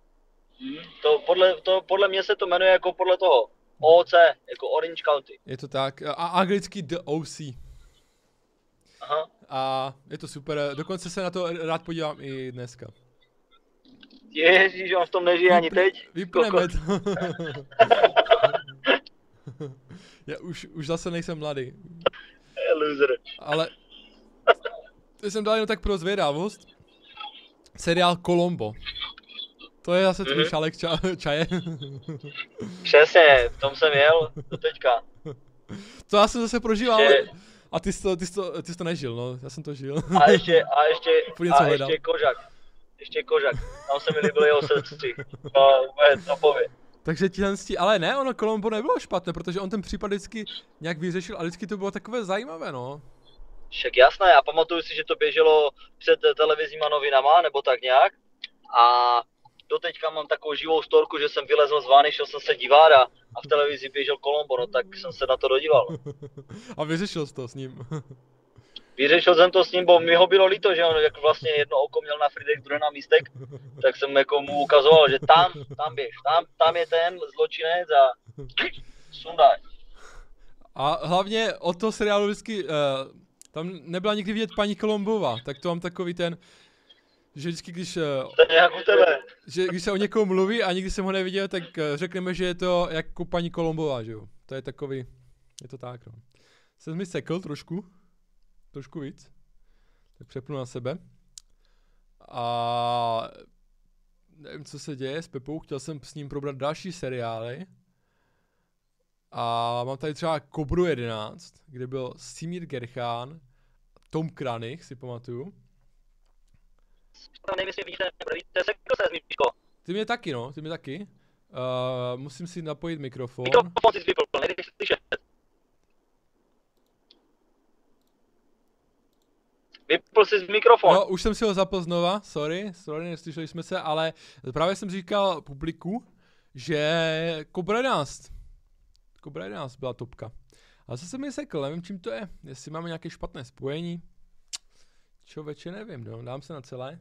Speaker 1: To podle mě se to jmenuje jako podle toho. OC, jako Orange County.
Speaker 2: Je to tak. A anglicky The OC.
Speaker 1: Aha.
Speaker 2: A je to super. Dokonce se na to rád podívám i dneska.
Speaker 1: Ježíš, on v tom nežije ani teď.
Speaker 2: Vypneme to. Já už zase nejsem mladý.
Speaker 1: Loser.
Speaker 2: Ale to jsem dal jenom tak pro zvědavost. Seriál Colombo. To je zase tvůj šálek čaje.
Speaker 1: Přesně, v tom jsem jel do teďka.
Speaker 2: To já jsem zase prožíval, a ty jsi to nežil, no, já jsem to žil.
Speaker 1: A ještě Kožak. Ještě Kožak, tam se mi líbilo jeho sestři. To pově.
Speaker 2: Takže ale ne, ono Colombo nebylo špatné, protože on ten případ vždycky nějak vyřešil a vždycky to bylo takové zajímavé, no.
Speaker 1: Však jasné, já pamatuju si, že to běželo před televizníma novinama, nebo tak nějak. A doteďka mám takovou živou storku, že jsem vylezl z vány, šel jsem se dívat a v televizi běžel Colombo, no tak jsem se na to dodíval.
Speaker 2: A vyřešil jsi to s ním?
Speaker 1: Vyřešil jsem to s ním, bo mi ho bylo líto, že on jak vlastně jedno oko měl na Fridek, druhé na místek, tak jsem jako mu ukazoval, že tam běž, tam je ten zločinec a sundaj.
Speaker 2: A hlavně od toho seriálu vždycky, tam nebyla nikdy vidět paní Colombová, tak to mám takový ten, že vždycky když, že když se o někoho mluví a nikdy jsem ho neviděl, tak řekneme, že je to jako paní Colombová, že jo. To je takový, je to tak, no. Jsem mi sekl trošku víc, tak přepnu na sebe. A nevím, co se děje s Pepou, chtěl jsem s ním probrat další seriály. A mám tady třeba Kobru 11, kde byl Simír Gerchán, Tom Kranich, si pamatuju.
Speaker 1: Nevím, jestli vidíte, sekl se, Míško.
Speaker 2: Ty mě taky, no, ty mě taky. Musím si napojit mikrofon.
Speaker 1: Mikrofon si vypl, nejdeš slyšet. Vypl jsi z mikrofon.
Speaker 2: No, už jsem si ho zapl znova, sorry, neslyšeli jsme se, ale právě jsem říkal publiku, že Kobra 11 byla topka. Ale co jsem mi sekl, nevím čím to je, jestli máme nějaké špatné spojení. Člověče, nevím, no, dám se na celé.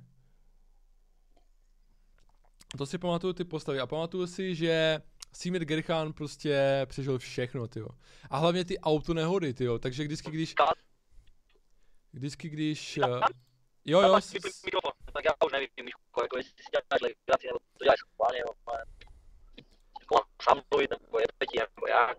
Speaker 2: To si pamatuju ty postavy a pamatuju si, že Simír Gerchán prostě přežil všechno, tyjo. A hlavně ty autonehody, tyjo, takže vždycky když... Jo,
Speaker 1: tak já už nevím, Míško, jako jestli si děláš legraci, nebo to děláš schválně, nebo jako sám mluvit, nebo je to jako jak.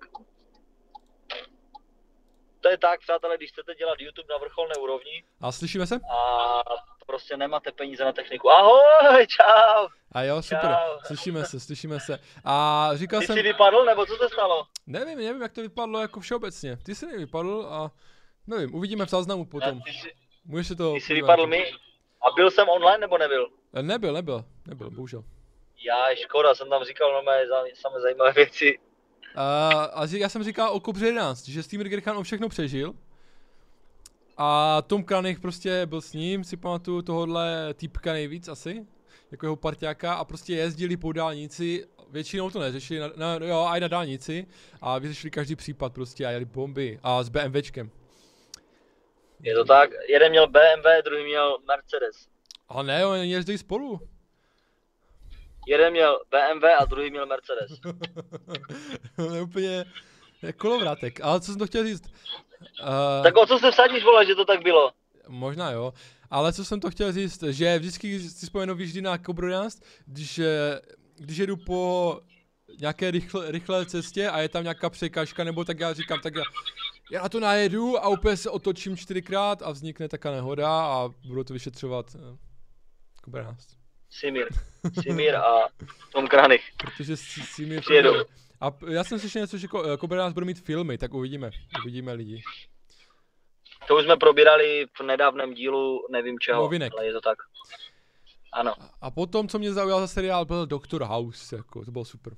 Speaker 1: To je tak, přátelé, když chcete dělat YouTube na vrcholné úrovni.
Speaker 2: A slyšíme se?
Speaker 1: A prostě nemáte peníze na techniku. Ahoj, čau!
Speaker 2: A jo, super, čau. Slyšíme se. A říkal
Speaker 1: Ty
Speaker 2: jsem...
Speaker 1: jsi vypadl, nebo co se stalo?
Speaker 2: Nevím, jak to vypadlo jako všeobecně. Ty jsi nevypadl a... Nevím, uvidíme v záznamu potom. Můžeš si to...
Speaker 1: Ty jsi vypadl mi? A byl jsem online, nebo nebyl?
Speaker 2: Nebyl, bohužel.
Speaker 1: Já, škoda, jsem tam říkal normálně samé zajímavé věci.
Speaker 2: A já jsem říkal o Kobře 11, že Simír Gerchán on všechno přežil. A Tom Kranich prostě byl s ním, si pamatuju tohohle týpka nejvíc asi, jako jeho parťáka a prostě jezdili po dálnici, většinou to neřešili, i na dálnici a vyřešili každý případ prostě a jeli bomby a s BMWčkem.
Speaker 1: Je to tak, jeden měl BMW, druhý měl Mercedes.
Speaker 2: Ale ne, oni jezdili spolu.
Speaker 1: Jeden měl BMW a druhý měl Mercedes.
Speaker 2: To je úplně kolovrátek, ale co jsem to chtěl říct?
Speaker 1: Tak o co se vsadíš, vole, že to tak bylo?
Speaker 2: Možná jo, ale co jsem to chtěl říct, že vždycky si vzpomenu vždy na Kobru 11, když jedu po nějaké rychlé cestě a je tam nějaká překážka, nebo tak já říkám, tak já na to najedu a úplně se otočím 4krát a vznikne taková nehoda a budu to vyšetřovat Kobra 11.
Speaker 1: Simír a Tom Kranich.
Speaker 2: Protože Simír...
Speaker 1: Přijedu.
Speaker 2: A já jsem slyšel něco, že Kobra 11 bude mít filmy, tak uvidíme lidi.
Speaker 1: To už jsme probírali v nedávném dílu, nevím čeho,
Speaker 2: Novinek.
Speaker 1: Ale je to tak. Ano.
Speaker 2: A potom, co mě zaujal za seriál, byl Dr. House, jako, to bylo super.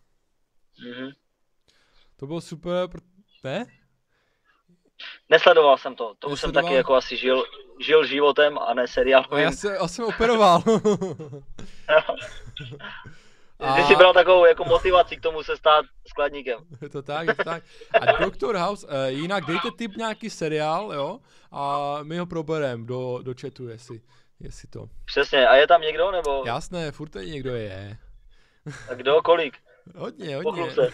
Speaker 2: To bylo super, ne?
Speaker 1: Nesledoval jsem to, už jsem taky jako asi žil životem a ne seriálovým.
Speaker 2: Já jsem operoval.
Speaker 1: Ty jsi bral takovou jako motivaci k tomu se stát skladníkem.
Speaker 2: Je to tak. A Dr. House, jinak dejte tip nějaký seriál, jo? A my ho probereme do chatu, jestli to.
Speaker 1: Přesně, a je tam někdo, nebo?
Speaker 2: Jasné, furt tady někdo je.
Speaker 1: A kdo, kolik?
Speaker 2: Hodně.
Speaker 1: Pochlub se.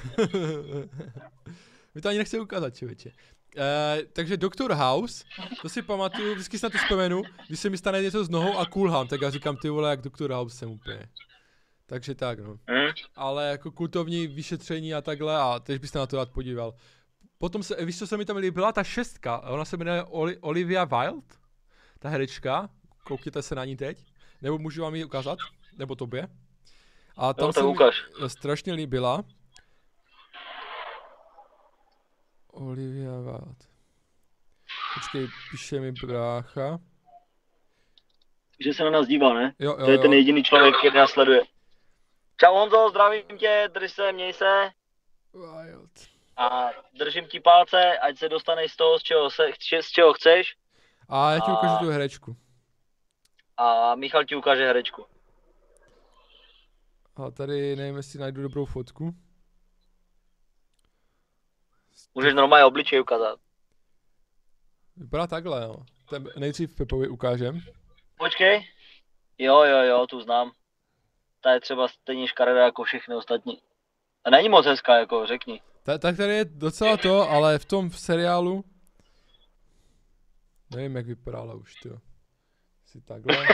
Speaker 2: Mi to ani nechci ukázat, člověče. Takže Dr. House, to si pamatuju, vždycky si na to vzpomenu, když se mi stane něco s nohou a kulhám, tak já říkám, ty vole, jak Dr. House jsem úplně. Takže tak, no. Ale jako kultovní vyšetření a takhle a teď byste na to rád podíval. Potom víš, co se mi tam líbila? Ta 6, ona se jmenuje Olivia Wilde, ta herečka, koukněte se na ní teď, nebo můžu vám ji ukázat, nebo tobě. A tam se mi strašně líbila. Olivia Wilde. Počkej, píše mi brácha.
Speaker 1: Že se na nás dívá, ne?
Speaker 2: Jo.
Speaker 1: To je ten jediný člověk, který nás sleduje. Čau Honzo, zdravím tě, drž se, měj se.
Speaker 2: Wild.
Speaker 1: A držím ti palce, ať se dostaneš z toho, z čeho chceš.
Speaker 2: A já ti ukážu tu herečku.
Speaker 1: A Michal ti ukáže herečku.
Speaker 2: A tady nevím, jestli najdu dobrou fotku.
Speaker 1: Můžeš normálně obličej ukázat.
Speaker 2: Vypadá takhle, jo. Nejdřív Pepovi ukážem.
Speaker 1: Počkej. Jo, tu znám. Ta je třeba stejně škaredá jako všechny ostatní. A není moc hezká, jako řekni.
Speaker 2: Tak tady je docela to, ale v tom seriálu... Nevím, jak vypadala už, tyjo. Si takhle...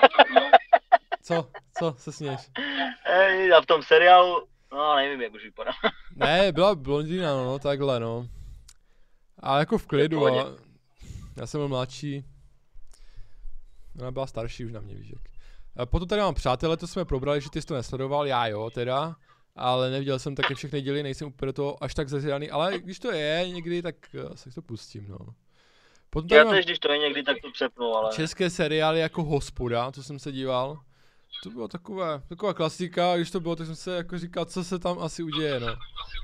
Speaker 2: Co se směješ?
Speaker 1: A v tom seriálu... No, nevím, jak už vypadá.
Speaker 2: Ne, byla blondýna, no, takhle, no. A jako v klidu, a já jsem byl mladší. Ona byla starší už na mě, víš jak. A potom tady mám přátelé, to jsme probrali, že ty jsi to nesledoval, já jo, teda. ale neviděl jsem taky všechny díly, nejsem úplně to až tak zazíraný, ale když to je někdy, tak se to pustím, no.
Speaker 1: Potom já tež, když to je někdy, tak to přepnu, ale...
Speaker 2: České seriály jako Hospoda, to jsem se díval. To bylo taková klasika, když to bylo, tak jsem se jako říkal, co se tam asi uděje, no.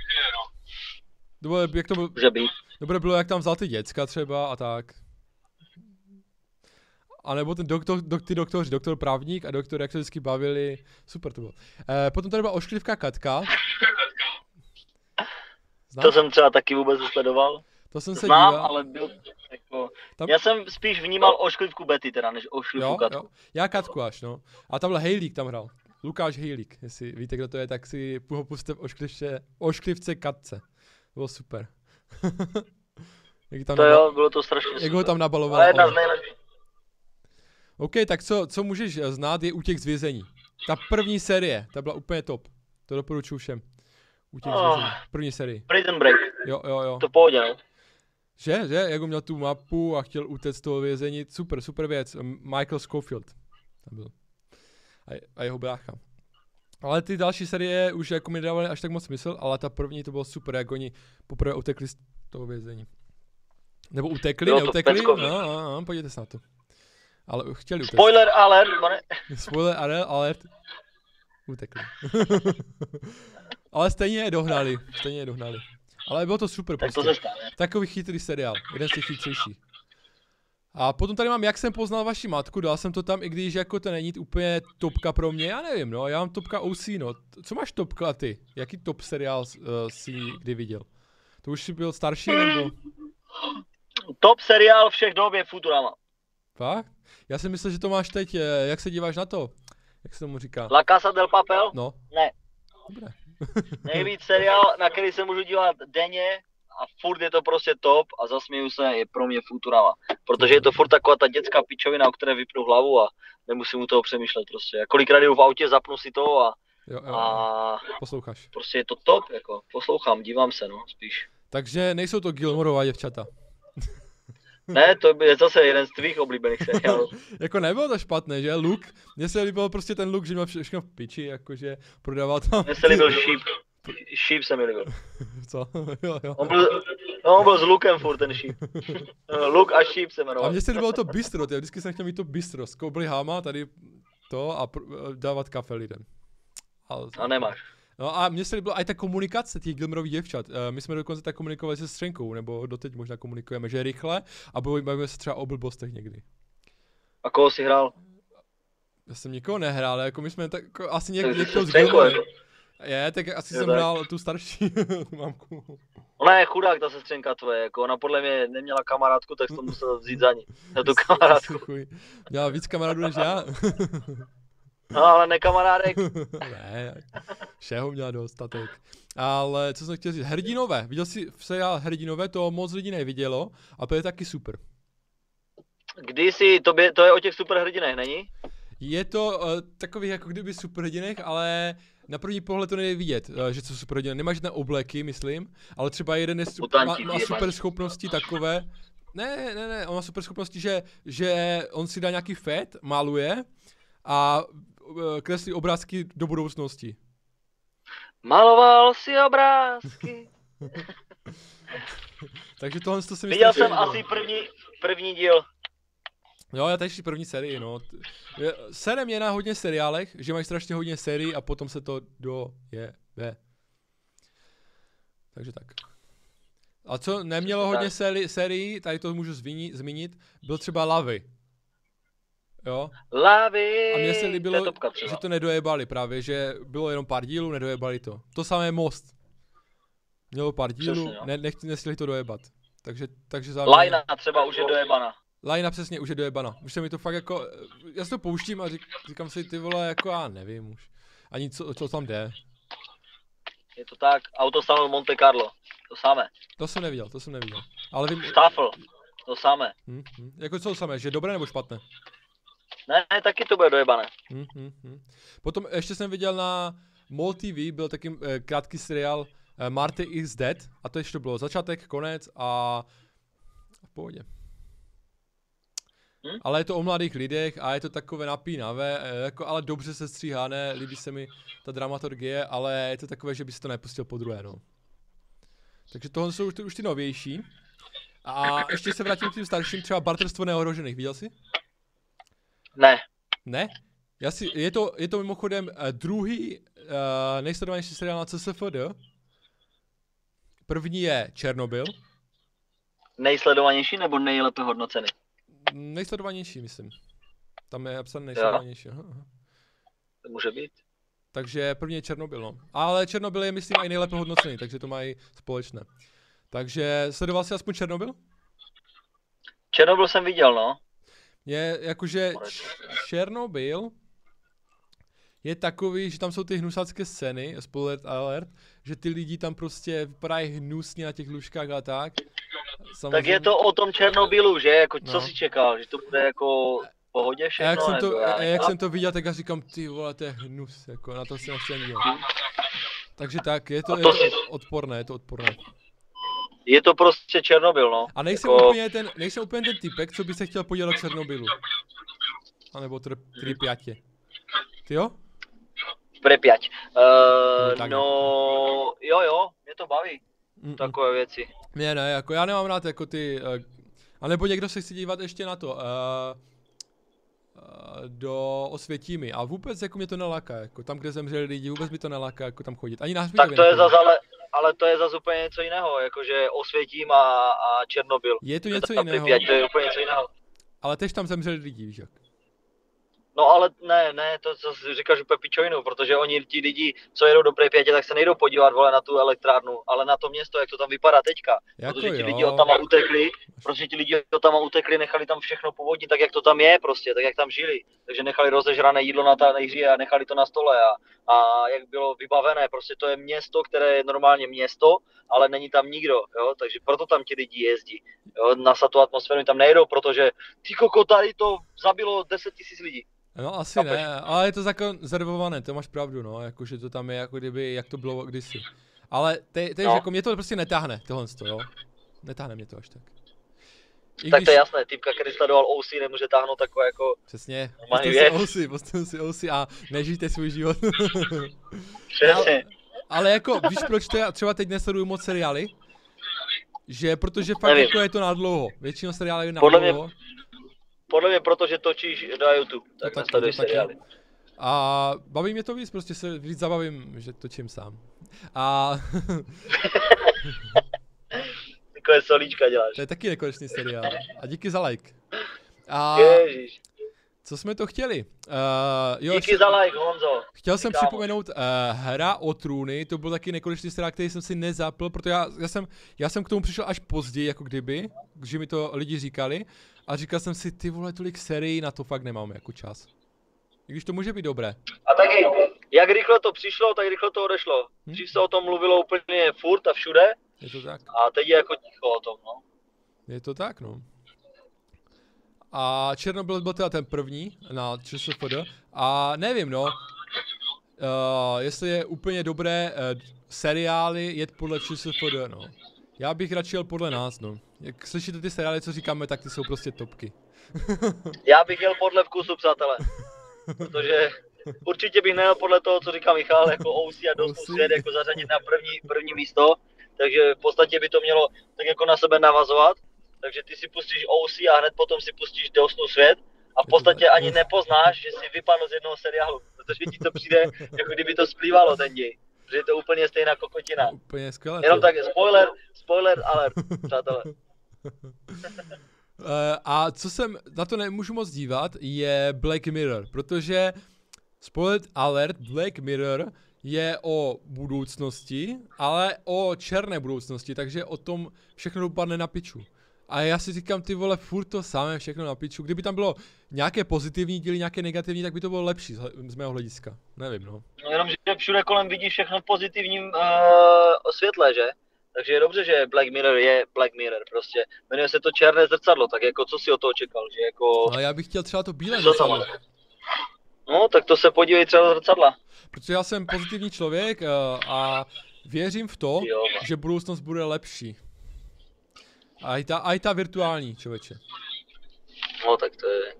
Speaker 2: To bylo, jak to bylo...
Speaker 1: Může být.
Speaker 2: Dobré bylo, jak tam vzal ty děcka třeba a tak. A nebo ten doktor právník a doktor, jak se vždycky bavili, super to bylo. Potom tady byla Ošklivka Katka.
Speaker 1: Znáš? To jsem třeba taky vůbec nesledoval.
Speaker 2: To jsem se
Speaker 1: díval.
Speaker 2: díval.
Speaker 1: Ale byl jako... Tam... Já jsem spíš vnímal Ošklivku Betty teda, než Ošklivku Katku. Jo.
Speaker 2: Já Katku až, no. A tam byl Hejlík, tam hrál. Lukáš Hejlík, jestli víte, kdo to je, tak si ho puste v Ošklivce Katce. To bylo super.
Speaker 1: Jo, bylo to strašně super.
Speaker 2: Jak ho tam nabaloval.
Speaker 1: Ale jedna z nejlepších.
Speaker 2: OK, tak co můžeš znát je Útěk z vězení. Ta první série, ta byla úplně top. To doporučuji všem. Útěk z vězení. První série.
Speaker 1: Prison Break.
Speaker 2: Jo.
Speaker 1: To pohodě, no.
Speaker 2: Že? Jak on měl tu mapu a chtěl utéct z toho vězení. Super věc. Michael Scofield. Tam byl. A jeho brácha. Ale ty další série už jako mi dávaly až tak moc smysl, ale ta první to bylo super, jak oni poprvé utekli z toho vězení. Nebo utekli, neutekli? No, podívejte se na to. Ale chtěli utéct.
Speaker 1: Spoiler alert,
Speaker 2: Spoiler alert. Utekli. Ale stejně je dohnali. Ale bylo to super
Speaker 1: tak
Speaker 2: prostě.
Speaker 1: To
Speaker 2: takový chytrý seriál, jeden z těch chytřejších. A potom tady mám, jak jsem poznal vaši matku, dal jsem to tam, i když jako to není úplně topka pro mě, já nevím, no, já mám topka OC, no. Co máš topka ty? Jaký top seriál jsi kdy viděl? To už jsi byl starší, nebo?
Speaker 1: Top seriál všech dob je Futurama.
Speaker 2: Fakt? Já si myslel, že to máš teď, jak se díváš na to? Jak se tomu říká?
Speaker 1: La Casa del Papel?
Speaker 2: No.
Speaker 1: Ne.
Speaker 2: Dobré.
Speaker 1: Nejvíc seriál, na který se můžu dívat denně a furt je to prostě top a zasměju se, je pro mě Futurama. Protože je to furt taková ta dětská pičovina, o které vypnu hlavu a nemusím u toho přemýšlet prostě. Kolikrát jdu v autě, zapnu si to a
Speaker 2: posloucháš.
Speaker 1: Prostě je to top, jako poslouchám, dívám se, no, spíš.
Speaker 2: Takže nejsou to Gilmoreová děvčata.
Speaker 1: Ne, to je zase jeden z tvých oblíbených seriálů.
Speaker 2: Jako nebylo to špatné, že? Luke, mně se líbil prostě ten Luke, že měl všechno v piči, jakože prodával tam...
Speaker 1: Mně se líbil Sheep. Sheep se mi líbil.
Speaker 2: Co? Jo.
Speaker 1: On byl s Lukem furt ten Sheep. Luke a Sheep se jmenoval.
Speaker 2: A mně se líbilo to bistro, já vždycky jsem chtěl mít to bistro, s koblihama, tady to a dávat kafe lidem.
Speaker 1: A nemáš.
Speaker 2: No a mně se líbilo i ta komunikace těch Gilmorových děvčat. My jsme dokonce tak komunikovali se Střenkou, nebo doteď možná komunikujeme, že je rychle a bavíme se třeba o blbostech někdy.
Speaker 1: A koho jsi hrál?
Speaker 2: Já jsem nikoho nehrál, ale jako my jsme tak jako, asi někdo z Gilmorových. Tak asi jsem hrál tu starší mamku.
Speaker 1: Ona je chudák, ta sestřenka tvoje, jako ona podle mě neměla kamarádku, tak to musel vzít za ní, na tu kamarádku.
Speaker 2: Měla víc kamarádů než já.
Speaker 1: No, ale ne kamarádek.
Speaker 2: Ne, všeho měla dostatek. Ale co jsem chtěl říct, Hrdinové, viděl jsi v seriál Hrdinové, to moc lidí nevidělo a to je taky super.
Speaker 1: To je o těch superhrdinech, není?
Speaker 2: Je to takový jako kdyby superhrdinek, ale na první pohled to nejde vidět, že jsou superhrdinové. Nemá žádné obleky, myslím, ale třeba jeden má super schopnosti takové. Ne, on má super schopnosti, že on si dá nějaký fet, maluje a kreslí obrázky do budoucnosti.
Speaker 1: Maloval si obrázky.
Speaker 2: Takže tohle to si myslím.
Speaker 1: Viděl jsem asi první díl.
Speaker 2: Jo, já tady první sérii, no. Serem je na hodně seriálech, že mají strašně hodně sérií a potom se to dojebe. Takže tak. A co nemělo hodně sérií, tady to můžu zmínit, byl třeba Lavy. Jo?
Speaker 1: Lavy.
Speaker 2: A mně se líbilo, že to nedojebali právě, že bylo jenom pár dílů, nedojebali to. To samé Most. Mělo pár dílů, nechtěli to dojebat. Takže zároveň...
Speaker 1: Lajna třeba už je dojebaná.
Speaker 2: Lajna přesně už je dojebaná. Už se mi to fakt jako, já si to pouštím a říkám si ty vole jako já nevím už. Ani co tam jde.
Speaker 1: Je to tak, Autosalon Monte Carlo, to samé.
Speaker 2: To jsem neviděl. Ale vím...
Speaker 1: Staffel, to samé.
Speaker 2: Jako co samé, že dobré nebo špatné?
Speaker 1: Ne, taky to bude dojebané.
Speaker 2: Potom ještě jsem viděl na MOL TV, byl taky krátký seriál Marty is Dead a to ještě bylo začátek, konec a v pohodě. Ale je to o mladých lidech a je to takové napínavé, jako, ale dobře se stříhané, líbí se mi ta dramaturgie, ale je to takové, že by si to nepustil podruhé, no. Takže tohle jsou už ty novější. A ještě se vrátím k tím starším, třeba Bratrstvo neohrožených, viděl jsi?
Speaker 1: Ne.
Speaker 2: Ne? Je to mimochodem druhý nejsledovanější seriál na CSFD. První je Černobyl.
Speaker 1: Nejsledovanější nebo nejlépe hodnocený?
Speaker 2: Nejsledovanější, myslím. Tam je napsané nejsledovanější. Aha.
Speaker 1: To může být.
Speaker 2: Takže první je Černobyl, no. Ale Černobyl je, myslím, i nejlépe hodnocený, takže to mají společné. Takže sledoval jsi aspoň Černobyl?
Speaker 1: Černobyl jsem viděl, no.
Speaker 2: Je jakože Černobyl je takový, že tam jsou ty hnusácké scény, spoiler alert, že ty lidi tam prostě vypadají hnusně na těch lůžkách a tak.
Speaker 1: Samozřejmě. Tak je to o tom Černobylu, že? Jako, co jsi čekal? Že to bude jako v pohodě všechno?
Speaker 2: Jak jsem to viděl, tak já říkám, ty vole, to je hnus, jako na to si nechci dělat. Takže tak, je to odporné,
Speaker 1: Je to prostě Černobyl, no.
Speaker 2: A nejsem úplně ten typek, co by se chtěl podívat o Černobylu. A nebo Pripyatě. Ty jo?
Speaker 1: Pripyat. No, jo, mě to baví. Takové věci.
Speaker 2: Mě ne, jako já nemám rád jako ty, a nebo někdo se chce dívat ještě na to, do Osvětimi a vůbec jako mě to neláká, jako tam, kde zemřeli lidi, vůbec mi to neláká jako tam chodit, ani na hřbitově.
Speaker 1: Tak to je zase, ale to je zase úplně něco jiného, jakože Osvětim a Černobyl.
Speaker 2: Je to něco jiného.
Speaker 1: To je úplně něco jiného.
Speaker 2: Ale tež tam zemřeli lidi, víš jak.
Speaker 1: No ale ne, to co jsi říkáš úplně pičovinu, protože oni ti lidi, co jedou do Pripyatě, tak se nejdou podívat, vole, na tu elektrárnu, ale na to město, jak to tam vypadá teďka.
Speaker 2: Jako
Speaker 1: protože ti lidi od tam utekli, nechali tam všechno původní, tak jak to tam je prostě, tak jak tam žili. Takže nechali rozežrané jídlo na talíři a nechali to na stole a jak bylo vybavené, prostě to je město, které je normálně město, ale není tam nikdo, jo, takže proto tam ti lidi jezdí, jo, na tu atmosféru tam nejedou, protože ty koko, tady to zabilo 10 000 lidí.
Speaker 2: No asi ne, ale je to zarevované, to máš pravdu, no, jakože to tam je jako kdyby, jak to bylo kdysi. Ale jako mě to prostě netáhne, tohle, jo, netáhne mě to až tak.
Speaker 1: Tak to je jasné, typka, který sledoval OC, nemůže táhnout takové jako...
Speaker 2: Přesně, postavte si OC a nežijte svůj život.
Speaker 1: Přesně.
Speaker 2: Ale jako, víš proč to já třeba teď nesleduju moc seriály? Že protože fakt jako je to na dlouho, většinou seriály je na dlouho.
Speaker 1: Podle mě protože točíš na YouTube, tak nesleduješ seriály.
Speaker 2: A baví mě to víc, prostě se víc zabavím, že točím sám. A...
Speaker 1: Takové solíčka děláš.
Speaker 2: To je taky nekonečný seriál. A díky za like. A...
Speaker 1: Ježiš.
Speaker 2: Co jsme to chtěli?
Speaker 1: Díky za like, Honzo.
Speaker 2: Chtěl jsem připomenout Hra o trůny, to byl taky nekonečný seriál, který jsem si nezapl, protože já jsem k tomu přišel až později, jako kdyby, že mi to lidi říkali. A říkal jsem si, ty vole, tolik serií, na to fakt nemám jako čas. I když to může být dobré.
Speaker 1: A taky, jak rychle to přišlo, tak rychle to odešlo. Dřív se o tom mluvilo úplně furt a všude.
Speaker 2: Je to tak.
Speaker 1: A teď je jako ticho o tom, no.
Speaker 2: Je to tak, no. A Černobyl byl teda ten první na ČSFD. A nevím, no. Jestli je úplně dobré seriály jet podle ČSFD, no. Já bych radši jel podle nás, no. Jak slyšíte ty seriály, co říkáme, tak ty jsou prostě topky.
Speaker 1: Já bych jel podle vkusu, přátelé. Protože určitě bych nejel podle toho, co říká Michal, jako OC a Dosnu svět, jako zařadit na první místo. Takže v podstatě by to mělo tak jako na sebe navazovat. Takže ty si pustíš OC a hned potom si pustíš Dosnu svět. A v podstatě ani nepoznáš, že jsi vypadl z jednoho seriálu. Protože ti to přijde, jako kdyby to splývalo ten děj. Protože je to úplně stejná kokotina.
Speaker 2: No, úplně skvělé.
Speaker 1: Jenom tak spoiler alert, přátelé.
Speaker 2: A co jsem na to nemůžu moc dívat, je Black Mirror, protože spoiler alert, Black Mirror je o budoucnosti, ale o černé budoucnosti, takže o tom všechno dopadne na piču. A já si říkám, ty vole, furt to samé, všechno na piču. Kdyby tam bylo nějaké pozitivní díly, nějaké negativní, tak by to bylo lepší z mého hlediska. Nevím, no.
Speaker 1: Jenom, že všude kolem vidíš všechno v pozitivním světle, že? Takže je dobře, že Black Mirror je Black Mirror, prostě. Jmenuje se to Černé zrcadlo, tak jako co si o toho čekal, že jako...
Speaker 2: Ale já bych chtěl třeba to bílé zrcadlo.
Speaker 1: No, tak to se podívej třeba do zrcadla.
Speaker 2: Protože já jsem pozitivní člověk a věřím v to, že budoucnost bude lepší. A i ta virtuální, člověče.
Speaker 1: No tak to je...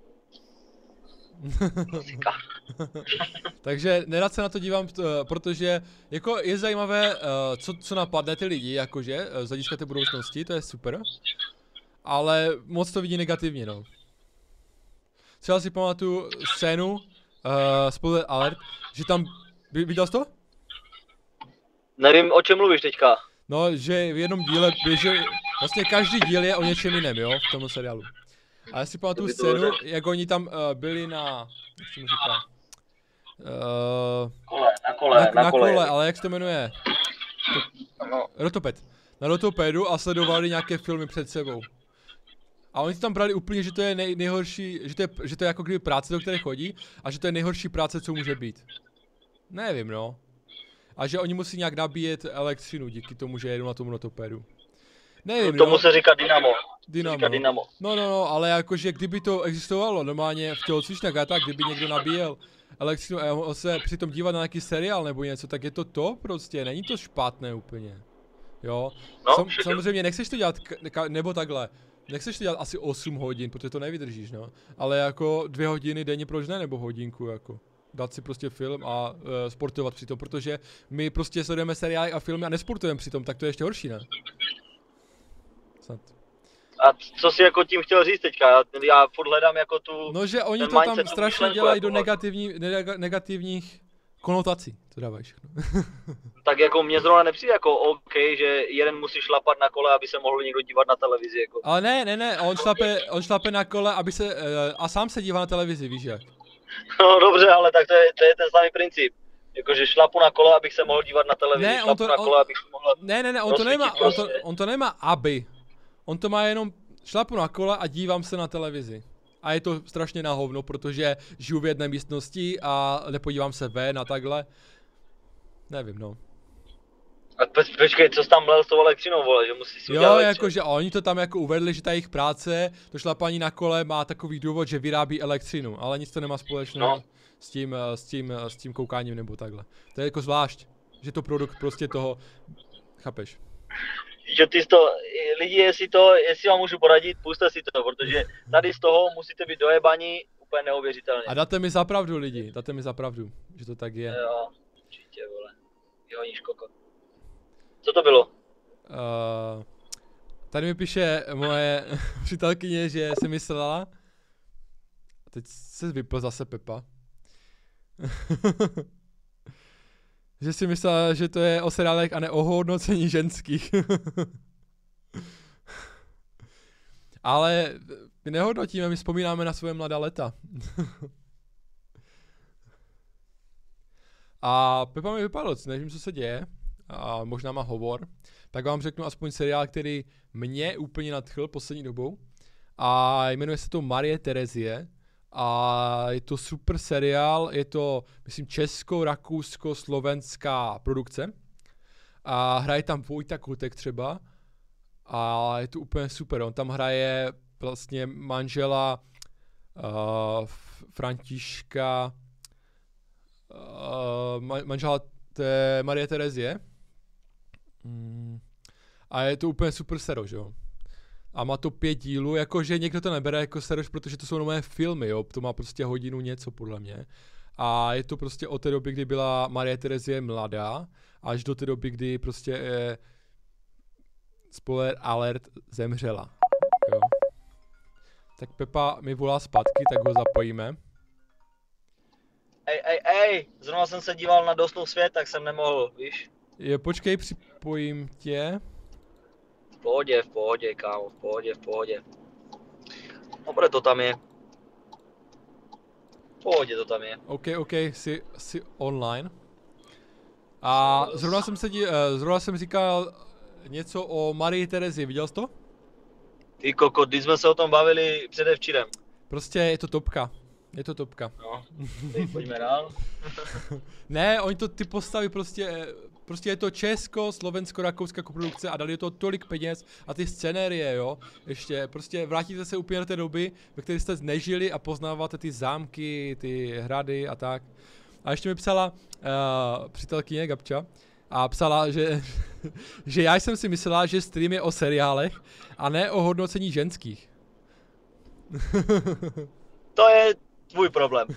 Speaker 2: Takže nerad se na to dívám, protože jako je zajímavé, co napadne ty lidi, jakože, z hlediska té budoucnosti, to je super. Ale moc to vidí negativně, no. Třeba si pamatuju scénu, spoiler alert, že tam, viděl jsi to?
Speaker 1: Nevím, o čem mluvíš teďka.
Speaker 2: No, že v jednom díle běžel, vlastně každý díl je o něčem jiném, jo, v tomhle seriálu. A já si pamatuju scénu, jak oni tam byli na, jak se mu říká? Na kole, ale jak se to jmenuje? Rotoped. Na rotopedu a sledovali nějaké filmy před sebou. A oni si tam brali úplně, že to je nejhorší, že to je jako kdyby práce, do které chodí, a že to je nejhorší práce, co může být. Nevím, no. A že oni musí nějak nabíjet elektřinu díky tomu, že jedou na tom rotopedu. Nevím,
Speaker 1: tomu se říká dynamo.
Speaker 2: Dynamo. No, ale jakože kdyby to existovalo normálně v tělocvičnách a tak, kdyby někdo nabíjel elektřinu a mohl se přitom dívat na nějaký seriál nebo něco, tak je to prostě, není to špatné úplně. Jo,
Speaker 1: no,
Speaker 2: samozřejmě nechceš to dělat, nebo takhle, nechceš to dělat asi 8 hodin, protože to nevydržíš, no. Ale jako 2 hodiny denně, proč ne, nebo hodinku, jako. Dát si prostě film a sportovat přitom, protože my prostě sledujeme seriály a filmy a nesportujeme přitom, tak to je ještě horší, ne? Snad.
Speaker 1: A co jsi jako tím chtěl říct teďka? Já furt hledám jako tu...
Speaker 2: No, že oni to tam strašně dělají do negativních konotací, to dávají všechno.
Speaker 1: Tak jako mě zrovna nepřijde jako OK, že jeden musí šlapat na kole, aby se mohl někdo dívat na televizi, jako.
Speaker 2: Ale ne, on šlape na kole, aby se, a sám se dívá na televizi, víš jak?
Speaker 1: No dobře, ale tak to je ten samý princip. Jakože šlapu na kole, abych se mohl dívat na televizi,
Speaker 2: ne,
Speaker 1: na kole, abych se mohl...
Speaker 2: Ne, on to nemá aby. On to má jenom šlapu na kole a dívám se na televizi. A je to strašně na hovno, protože žiju v jedné místnosti a nepodívám se ven a takhle. Nevím, no.
Speaker 1: A počkej, co jsi tam mlel s tou elektřinou, vole, že musíš si udělat elektřinu.
Speaker 2: Jakože oni to tam jako uvedli, že ta jejich práce, to šlapání na kole má takový důvod, že vyrábí elektřinu, ale nic to nemá společného s tím koukáním nebo takhle. To je jako zvlášť, že to produkt prostě toho, chápeš?
Speaker 1: Že ty lidi, jestli vám můžu poradit, puste si to, protože tady z toho musíte být dojebaní úplně neuvěřitelně.
Speaker 2: A dáte mi za pravdu lidi, že to tak je.
Speaker 1: Jo, určitě, vole, vyhoníš kokot. Co to bylo?
Speaker 2: Tady mi píše moje přítelkyně, že si myslela, teď se vypl zase Pepa, že si myslela, že to je o seriálech a ne o hodnocení ženských. Ale my nehodnotíme, my vzpomínáme na svoje mladá léta. A Pepa mi vypadl, nevím, co se děje, a možná má hovor, tak vám řeknu aspoň seriál, který mě úplně nadchl poslední dobou. A jmenuje se to Marie Terezie. A je to super seriál, je to, myslím, česko-rakousko-slovenská produkce. A hraje tam Vojta Kotek třeba. A je to úplně super, on tam hraje vlastně manžela Františka, manžela Marie Terezie. A je to úplně super sero, že jo. A má to 5 dílů, jakože někdo to nebere jako seroš, protože to jsou nové filmy, jo. To má prostě hodinu něco, podle mě. A je to prostě od té doby, kdy byla Marie Terezie mladá, až do té doby, kdy prostě spoiler alert zemřela, jo. Tak Pepa mi volá zpátky, tak ho zapojíme.
Speaker 1: Ej, zrovna jsem se díval na Dosnou svět, tak jsem nemohl, víš?
Speaker 2: Počkej, připojím tě.
Speaker 1: V pohodě, kámo, v pohodě. Dobre to tam je. V pohodě to tam je.
Speaker 2: OK, jsi online. A zrovna jsem říkal něco o Marii Terezii, viděl jsi to?
Speaker 1: Ty koko, když jsme se o tom bavili předevčírem.
Speaker 2: Prostě je to topka.
Speaker 1: No, teď pojďme dál.
Speaker 2: Ne, oni to ty postavy prostě je to česko-slovensko-rakouská koprodukce a dali to tolik peněz a ty scenérie, jo, ještě prostě vrátíte se úplně do té doby, ve které jste nežili a poznáváte ty zámky, ty hrady a tak. A ještě mi psala přítelkyně Gabča a psala, že já jsem si myslela, že stream je o seriálech a ne o hodnocení ženských.
Speaker 1: To je tvůj problém.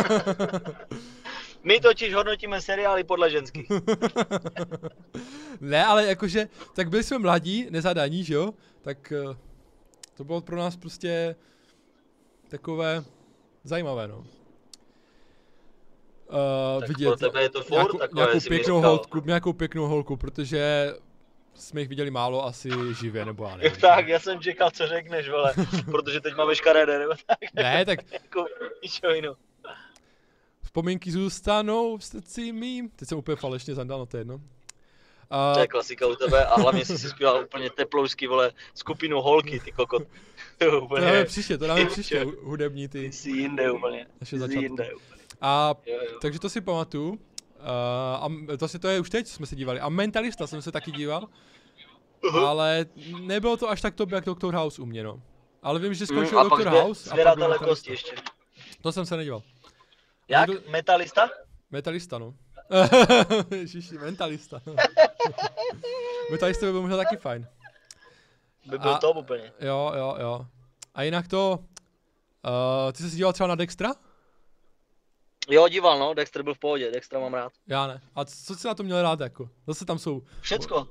Speaker 1: My totiž hodnotíme seriály podle ženských.
Speaker 2: Ne, ale jakože, tak byli jsme mladí, nezadaní, že jo? Tak to bylo pro nás prostě takové zajímavé, no.
Speaker 1: Tak
Speaker 2: Vidět
Speaker 1: pro tebe je to furt takové,
Speaker 2: nějakou pěknou holku, protože jsme jich viděli málo asi živě, nebo já nevím.
Speaker 1: Tak, já jsem čekal, co řekneš, vole, protože teď máme škaredé, nebo tak.
Speaker 2: Ne, tak...
Speaker 1: Jako ničeho jiného.
Speaker 2: Vzpomínky zůstanou v srdci mým. Teď jsem úplně falešně zandal, no to je jedno.
Speaker 1: To je klasika u tebe a hlavně jsi si zpíval úplně teploušky, vole, skupinu Holky, ty kokot.
Speaker 2: To dáme příště, hudební ty.
Speaker 1: Jsi jinde úplně.
Speaker 2: A takže to si pamatuju. A to je už teď, jsme se dívali. A Mentalista jsem se taky díval. Ale nebylo to až tak top jak Dr. House u mě, no. Ale vím, že skončil Dr. House.
Speaker 1: A pak Mentalista ještě.
Speaker 2: To jsem se nedíval.
Speaker 1: Jak? Metalista?
Speaker 2: Metalista, no. Ježiši, Mentalista. Metalista by byl možná taky fajn.
Speaker 1: By byl top úplně.
Speaker 2: Jo. A jinak to... ty jsi se díval třeba na Dextra?
Speaker 1: Jo, díval, no, Dexter byl v pohodě, Dextra mám rád.
Speaker 2: Já ne. A co jsi na to měl rád, jako? Zase tam jsou...
Speaker 1: Všecko.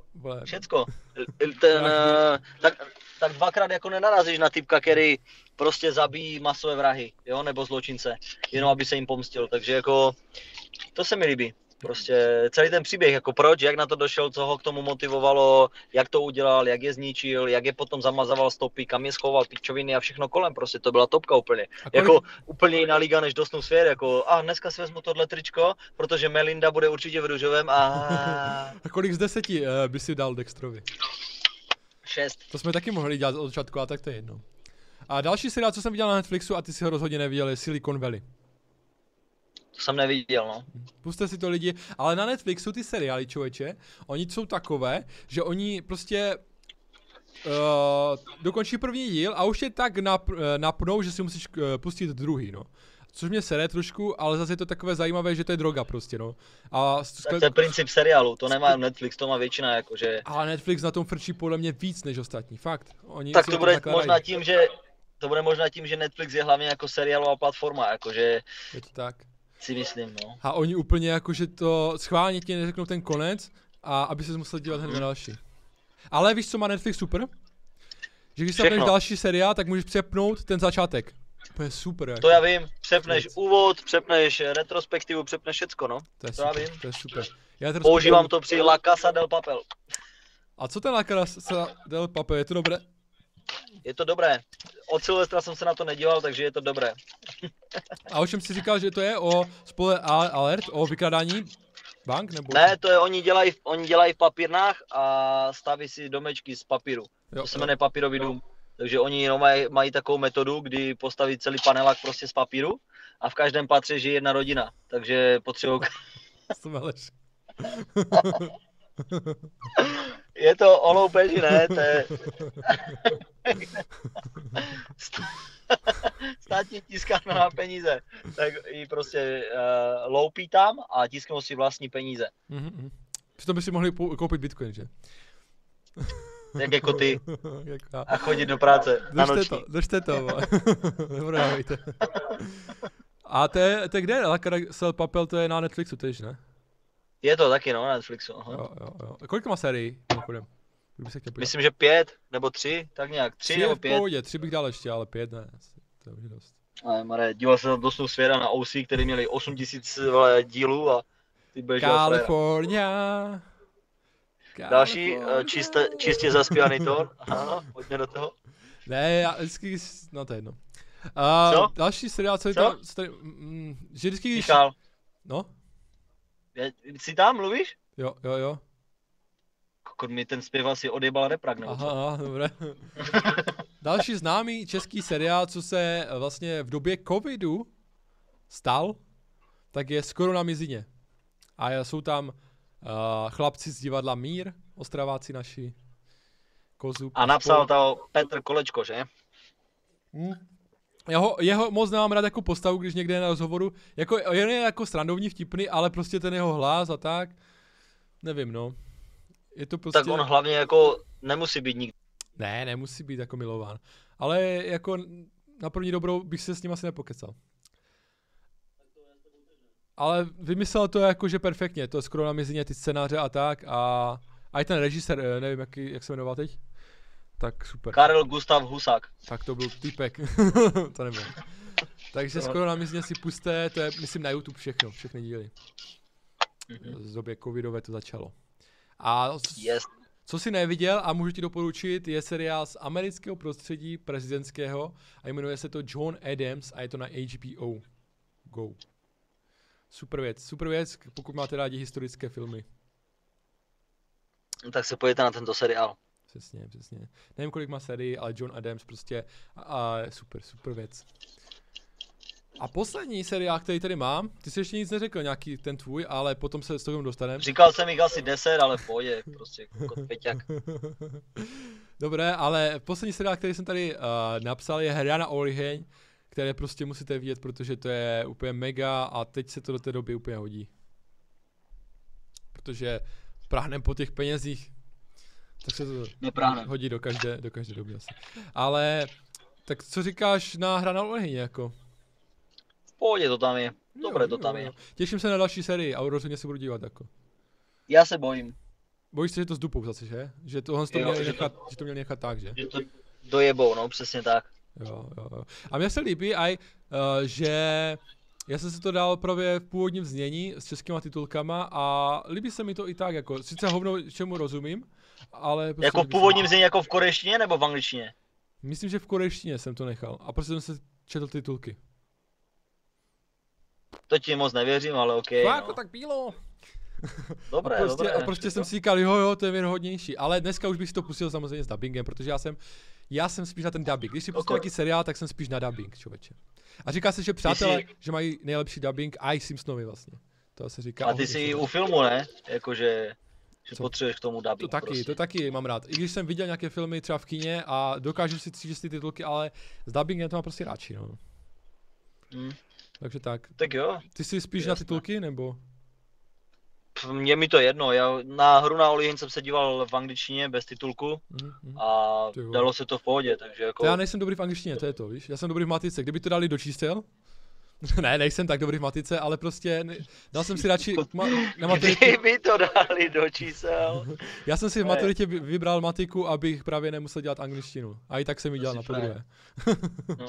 Speaker 1: Tak dvakrát jako nenarazíš na typka, který prostě zabíjí masové vrahy, jo, nebo zločince, jenom aby se jim pomstil, takže jako, to se mi líbí. Prostě celý ten příběh, jako proč, jak na to došel, co ho k tomu motivovalo, jak to udělal, jak je zničil, jak je potom zamazával stopy, kam je schoval pičoviny a všechno kolem, prostě to byla topka úplně. Jako úplně jiná liga než Dosnou sfér, jako dneska si vezmu tohle tričko, protože Melinda bude určitě v růžovém
Speaker 2: A kolik z 10 by si dal Dextrovi?
Speaker 1: 6.
Speaker 2: To jsme taky mohli dělat od začátku, a tak to je jedno. A další seriál, co jsem viděl na Netflixu a ty si ho rozhodně neviděl, je Silicon Valley.
Speaker 1: To jsem neviděl, no.
Speaker 2: Puste si to lidi, ale na Netflixu ty seriály, člověče, oni jsou takové, že oni prostě dokončí první díl a už je tak napnou, že si musíš pustit druhý, no. Což mě sere trošku, ale zase je to takové zajímavé, že to je droga prostě, no.
Speaker 1: Tak to je princip seriálu, to nemá Netflix, to má většina, jakože...
Speaker 2: Ale Netflix na tom frčí podle mě víc než ostatní, fakt. Oni
Speaker 1: tak to bude možná tím, že... To bude možná tím, že Netflix je hlavně jako seriálová platforma, jakože...
Speaker 2: Je to tak.
Speaker 1: Si myslím, no.
Speaker 2: A oni úplně jakože to schválně ti neřeknou ten konec, a aby se musel dívat hned na další. Ale víš, co má Netflix super? Že když zapneš další seriál, tak můžeš přepnout ten začátek. To je super. Jako.
Speaker 1: To já vím, přepneš úvod, přepneš retrospektivu, přepneš všecko, no.
Speaker 2: To je super, já vím. To je super.
Speaker 1: Používám to při La Casa del Papel.
Speaker 2: A co ten La Casa del Papel, je to dobré?
Speaker 1: Je to dobré. Od Silvestra jsem se na to nedíval, takže je to dobré.
Speaker 2: A o čem jsi říkal, že to je? O Spoiler Alert? O vykrádání bank? Nebo...
Speaker 1: Ne, to je, oni dělají v papírnách a staví si domečky z papíru. To se jmenuje papírový dům. Takže oni mají takovou metodu, kdy postaví celý panelák prostě z papíru a v každém patře žije jedna rodina. Takže potřebují... Je to o loupeži, ne? To je... Státní tiskárna na peníze. Tak ji prostě loupí tam a tisknou si vlastní peníze.
Speaker 2: Přitom by si mohli koupit bitcoin, že?
Speaker 1: Jak jako ty. A chodit do práce na noční.
Speaker 2: Držte to. Neprodávejte. A to je kde? La Casa del Papel, to je na Netflixu tež, ne?
Speaker 1: Je to taky, no, na Netflixu.
Speaker 2: Jo. A kolik má sérií?
Speaker 1: Myslím, že 5 nebo 3, tak nějak. 3 nebo 5.
Speaker 2: Pohodě, 3 bych dal ještě, ale 5 ne. To je už dost.
Speaker 1: Ale Mare, díval jsem na Dosnou sféra na OC, který měli 8000 dílů a ty budeš
Speaker 2: California.
Speaker 1: Další čistě zaspívaný tón. Ano, pojďme do toho.
Speaker 2: Ne, já vždycky, no to je jedno.
Speaker 1: Co?
Speaker 2: Další seriál, co je tam, že vždycky když...
Speaker 1: Michal.
Speaker 2: No?
Speaker 1: Jsi tam, mluvíš?
Speaker 2: Jo.
Speaker 1: Kokot mi ten zpěv asi odjebal reprak, nebo co?
Speaker 2: Aha, dobré. Další známý český seriál, co se vlastně v době covidu stal, tak je Skoro na mizině. A jsou tam chlapci z divadla Mír, Ostraváci naši. Kozub.
Speaker 1: A napsal to Petr Kolečko, že?
Speaker 2: Jeho moc nemám rád jako postavu, když někde je na rozhovoru. Jako, jen je jako srandovní, vtipný, ale prostě ten jeho hlas a tak. Nevím, no. Je to prostě...
Speaker 1: Tak on hlavně jako nemusí být nikdy.
Speaker 2: Ne, nemusí být jako milován. Ale jako na první dobrou bych se s ním asi nepokecal. Ale vymyslel to jakože perfektně, to je skoro na mizině ty scénáře a tak a i ten režisér, nevím jak se jmenoval teď, tak super.
Speaker 1: Karel Gustav Husák.
Speaker 2: Tak to byl týpek, to nebyl. Takže skoro na mizině si puste, to je myslím na YouTube všechny díly. Z době covidové to začalo. A co si neviděl a můžu ti doporučit, je seriál z amerického prostředí prezidentského a jmenuje se to John Adams a je to na HBO Go. Super věc, pokud máte rádi historické filmy.
Speaker 1: Tak se pojďte na tento seriál.
Speaker 2: Přesně. Nevím, kolik má sérií, ale John Adams prostě super věc. A poslední seriál, který tady mám, ty jsi ještě nic neřekl, nějaký ten tvůj, ale potom se s toho dostaneme.
Speaker 1: Říkal jsem jich asi 10, ale pojď, prostě kot Peťák.
Speaker 2: Dobré, ale poslední seriál, který jsem tady napsal, je Hra na oheň, které prostě musíte vidět, protože to je úplně mega a teď se to do té doby úplně hodí. Protože prahnem po těch penězích, tak se to hodí do každé doby asi. Ale, tak co říkáš na Hra na oheň jako?
Speaker 1: V pohodě to tam je, dobré to tam je.
Speaker 2: Těším se na další sérii a rozhodně se budu dívat jako.
Speaker 1: Já se bojím.
Speaker 2: Bojíš se, že to zdupou zase, že? Že to měl nechat tak, že?
Speaker 1: Že to dojebou, no, přesně tak.
Speaker 2: Jo. A mně se líbí že já jsem si to dal právě v původním znění s českýma titulkama a líbí se mi to i tak, jako, sice hovno, čemu rozumím, ale... Prostě
Speaker 1: jako v původním znění, jako v korejštině nebo v angličtině?
Speaker 2: Myslím, že v korejštině jsem to nechal a prostě jsem se četl titulky.
Speaker 1: To ti moc nevěřím, ale okej.
Speaker 2: Fakt, no. Tak bylo.
Speaker 1: Dobré.
Speaker 2: A prostě jsem si říkal, jo, to je věrohodnější, ale dneska už bych si to pustil samozřejmě s dubbingem, protože já jsem spíš na ten dubbing. Když si pustím nějaký seriál, tak jsem spíš na dubbing, člověče. A říká se, že přátelé, že mají nejlepší dubbing a i Simpsonovi vlastně. To se říká.
Speaker 1: A ty jsi u filmu, ne? Jakože že potřebuješ k tomu dubbing.
Speaker 2: To taky mám rád. I když jsem viděl nějaké filmy třeba v kině a dokážu si přečíst ty titulky, ale s dubbingem to mám prostě radši, no. Takže tak.
Speaker 1: Tak jo.
Speaker 2: Ty jsi spíš na titulky, nebo?
Speaker 1: Mně mi to jedno, já na Hru na oheň jsem se díval v angličtině bez titulku a dalo se to v pohodě, takže jako...
Speaker 2: To já nejsem dobrý v angličtině, to je to, víš, já jsem dobrý v matice, kdyby to dali do čísel, ne, nejsem tak dobrý v matice, ale prostě dal jsem si radši na maturitě...
Speaker 1: Kdyby to dali do čísel...
Speaker 2: Já jsem si v maturitě vybral matiku, abych právě nemusel dělat angličtinu, a i tak jsem ji dělal na podruhé.
Speaker 1: No.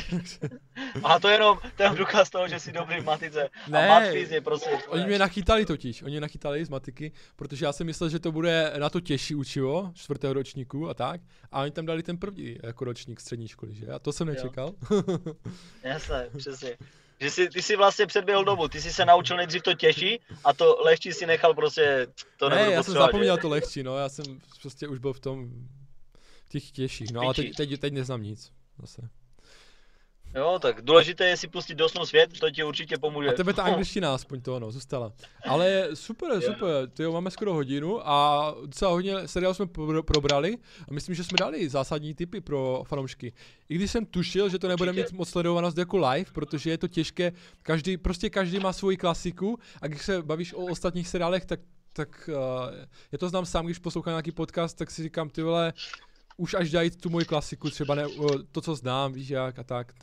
Speaker 1: A to je jenom důkaz toho, že jsi dobrý v matice.
Speaker 2: Ne,
Speaker 1: a matfiz je prostě...
Speaker 2: Oni mě nachytali z matiky, protože já jsem myslel, že to bude na to těžší učivo, 4. ročníku a tak. A oni tam dali ten první jako ročník střední školy, že? A to jsem nečekal.
Speaker 1: Jasné, přesně. Že ty jsi vlastně předběhl dobu, ty jsi se naučil nejdřív to těžší a to lehčí si nechal prostě to nebudu potřebovat.
Speaker 2: Já jsem zapomněl to lehčí, no, já jsem prostě už byl v těch těžších, no ale teď neznám nic zase.
Speaker 1: Jo, tak důležité je si pustit Dosnou svět, to ti určitě pomůže.
Speaker 2: A tebe ta angličtina aspoň to, no, zůstala. Ale super, tyjo, máme skoro hodinu a docela hodně seriálu jsme probrali a myslím, že jsme dali zásadní tipy pro fanoušky. I když jsem tušil, že to nebude mít moc sledovanost jako live, protože je to těžké, každý má svoji klasiku a když se bavíš o ostatních seriálech, tak já to znám sám, když poslouchám nějaký podcast, tak si říkám, ty vole, už až dělají tu moji klasiku, třeba ne, to, co znám, víš jak a tak,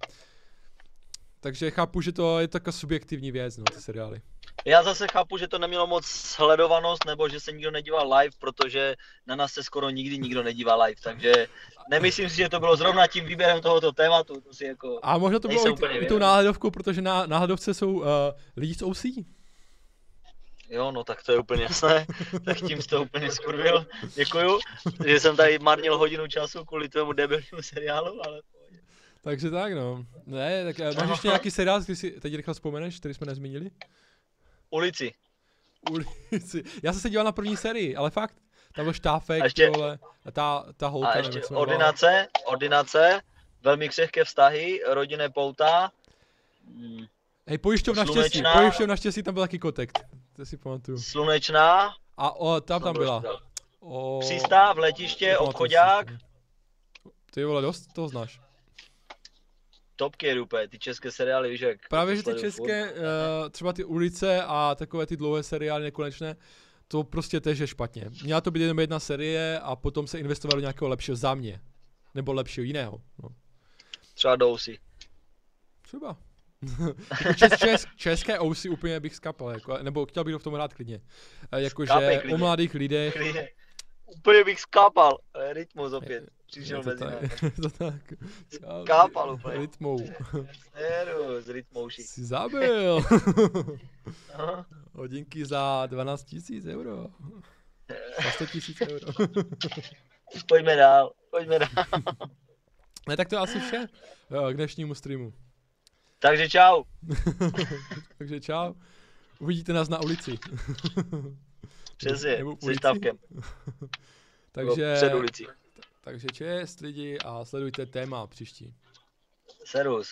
Speaker 2: takže chápu, že to je taková subjektivní věc, no, ty seriály.
Speaker 1: Já zase chápu, že to nemělo moc sledovanost, nebo že se nikdo nedívá live, protože na nás se skoro nikdy nikdo nedívá live, takže nemyslím si, že to bylo zrovna tím výběrem tohoto tématu, to si jako...
Speaker 2: A možná to bylo i tou náhledovkou, protože na náhledovce jsou lidi z OC.
Speaker 1: Jo, no tak to je úplně jasné, tak tím jsi to úplně skurvil, děkuju, že jsem tady marnil hodinu času kvůli tomu debilnímu seriálu, ale...
Speaker 2: Takže tak no, ne, tak máš ještě nějaký seriál, který si teď rychle vzpomeneš, který jsme nezmínili?
Speaker 1: Ulici.
Speaker 2: Já jsem se díval na první sérii, ale fakt, tam byl Štáfek, vole, a ta holka,
Speaker 1: a ještě ordinace, velmi křehké vztahy, rodinné pouta.
Speaker 2: Hej, pojišťovna štěstí, tam byl taky kotek, to si pamatuju.
Speaker 1: Slunečná.
Speaker 2: A tam byla.
Speaker 1: Přístav, letiště, obchodák.
Speaker 2: Ty vole, dost toho znáš.
Speaker 1: Topky úplně, ty české seriály, víš jak.
Speaker 2: Právě, že ty české, třeba ty Ulice a takové ty dlouhé seriály nekonečné, to prostě tež je špatně. Měla to být jenom jedna série a potom se investovalo do nějakého lepšího za mě. Nebo lepšího jiného. No.
Speaker 1: Třeba do Ousy.
Speaker 2: Třeba. České Ousy úplně bych skapal, jako, nebo chtěl bych v tom hrát klidně. Jakože o mladých lidech.
Speaker 1: Úplně bych skápal. Rytmus opět. Přišel mezi námi.
Speaker 2: To tak.
Speaker 1: Skápal úplně.
Speaker 2: Rytmou.
Speaker 1: Serus, rytmouši.
Speaker 2: Jsi zabil. Hodinky za 12 000 euro. Za 100 000 euro.
Speaker 1: Pojďme dál.
Speaker 2: Ne, tak to je asi vše k dnešnímu streamu.
Speaker 1: Takže čau.
Speaker 2: Takže čau. Uvidíte nás na ulici.
Speaker 1: Přesně, se štávkem.
Speaker 2: Takže,
Speaker 1: před ulicí.
Speaker 2: Takže čest lidi a sledujte téma příští.
Speaker 1: Serus.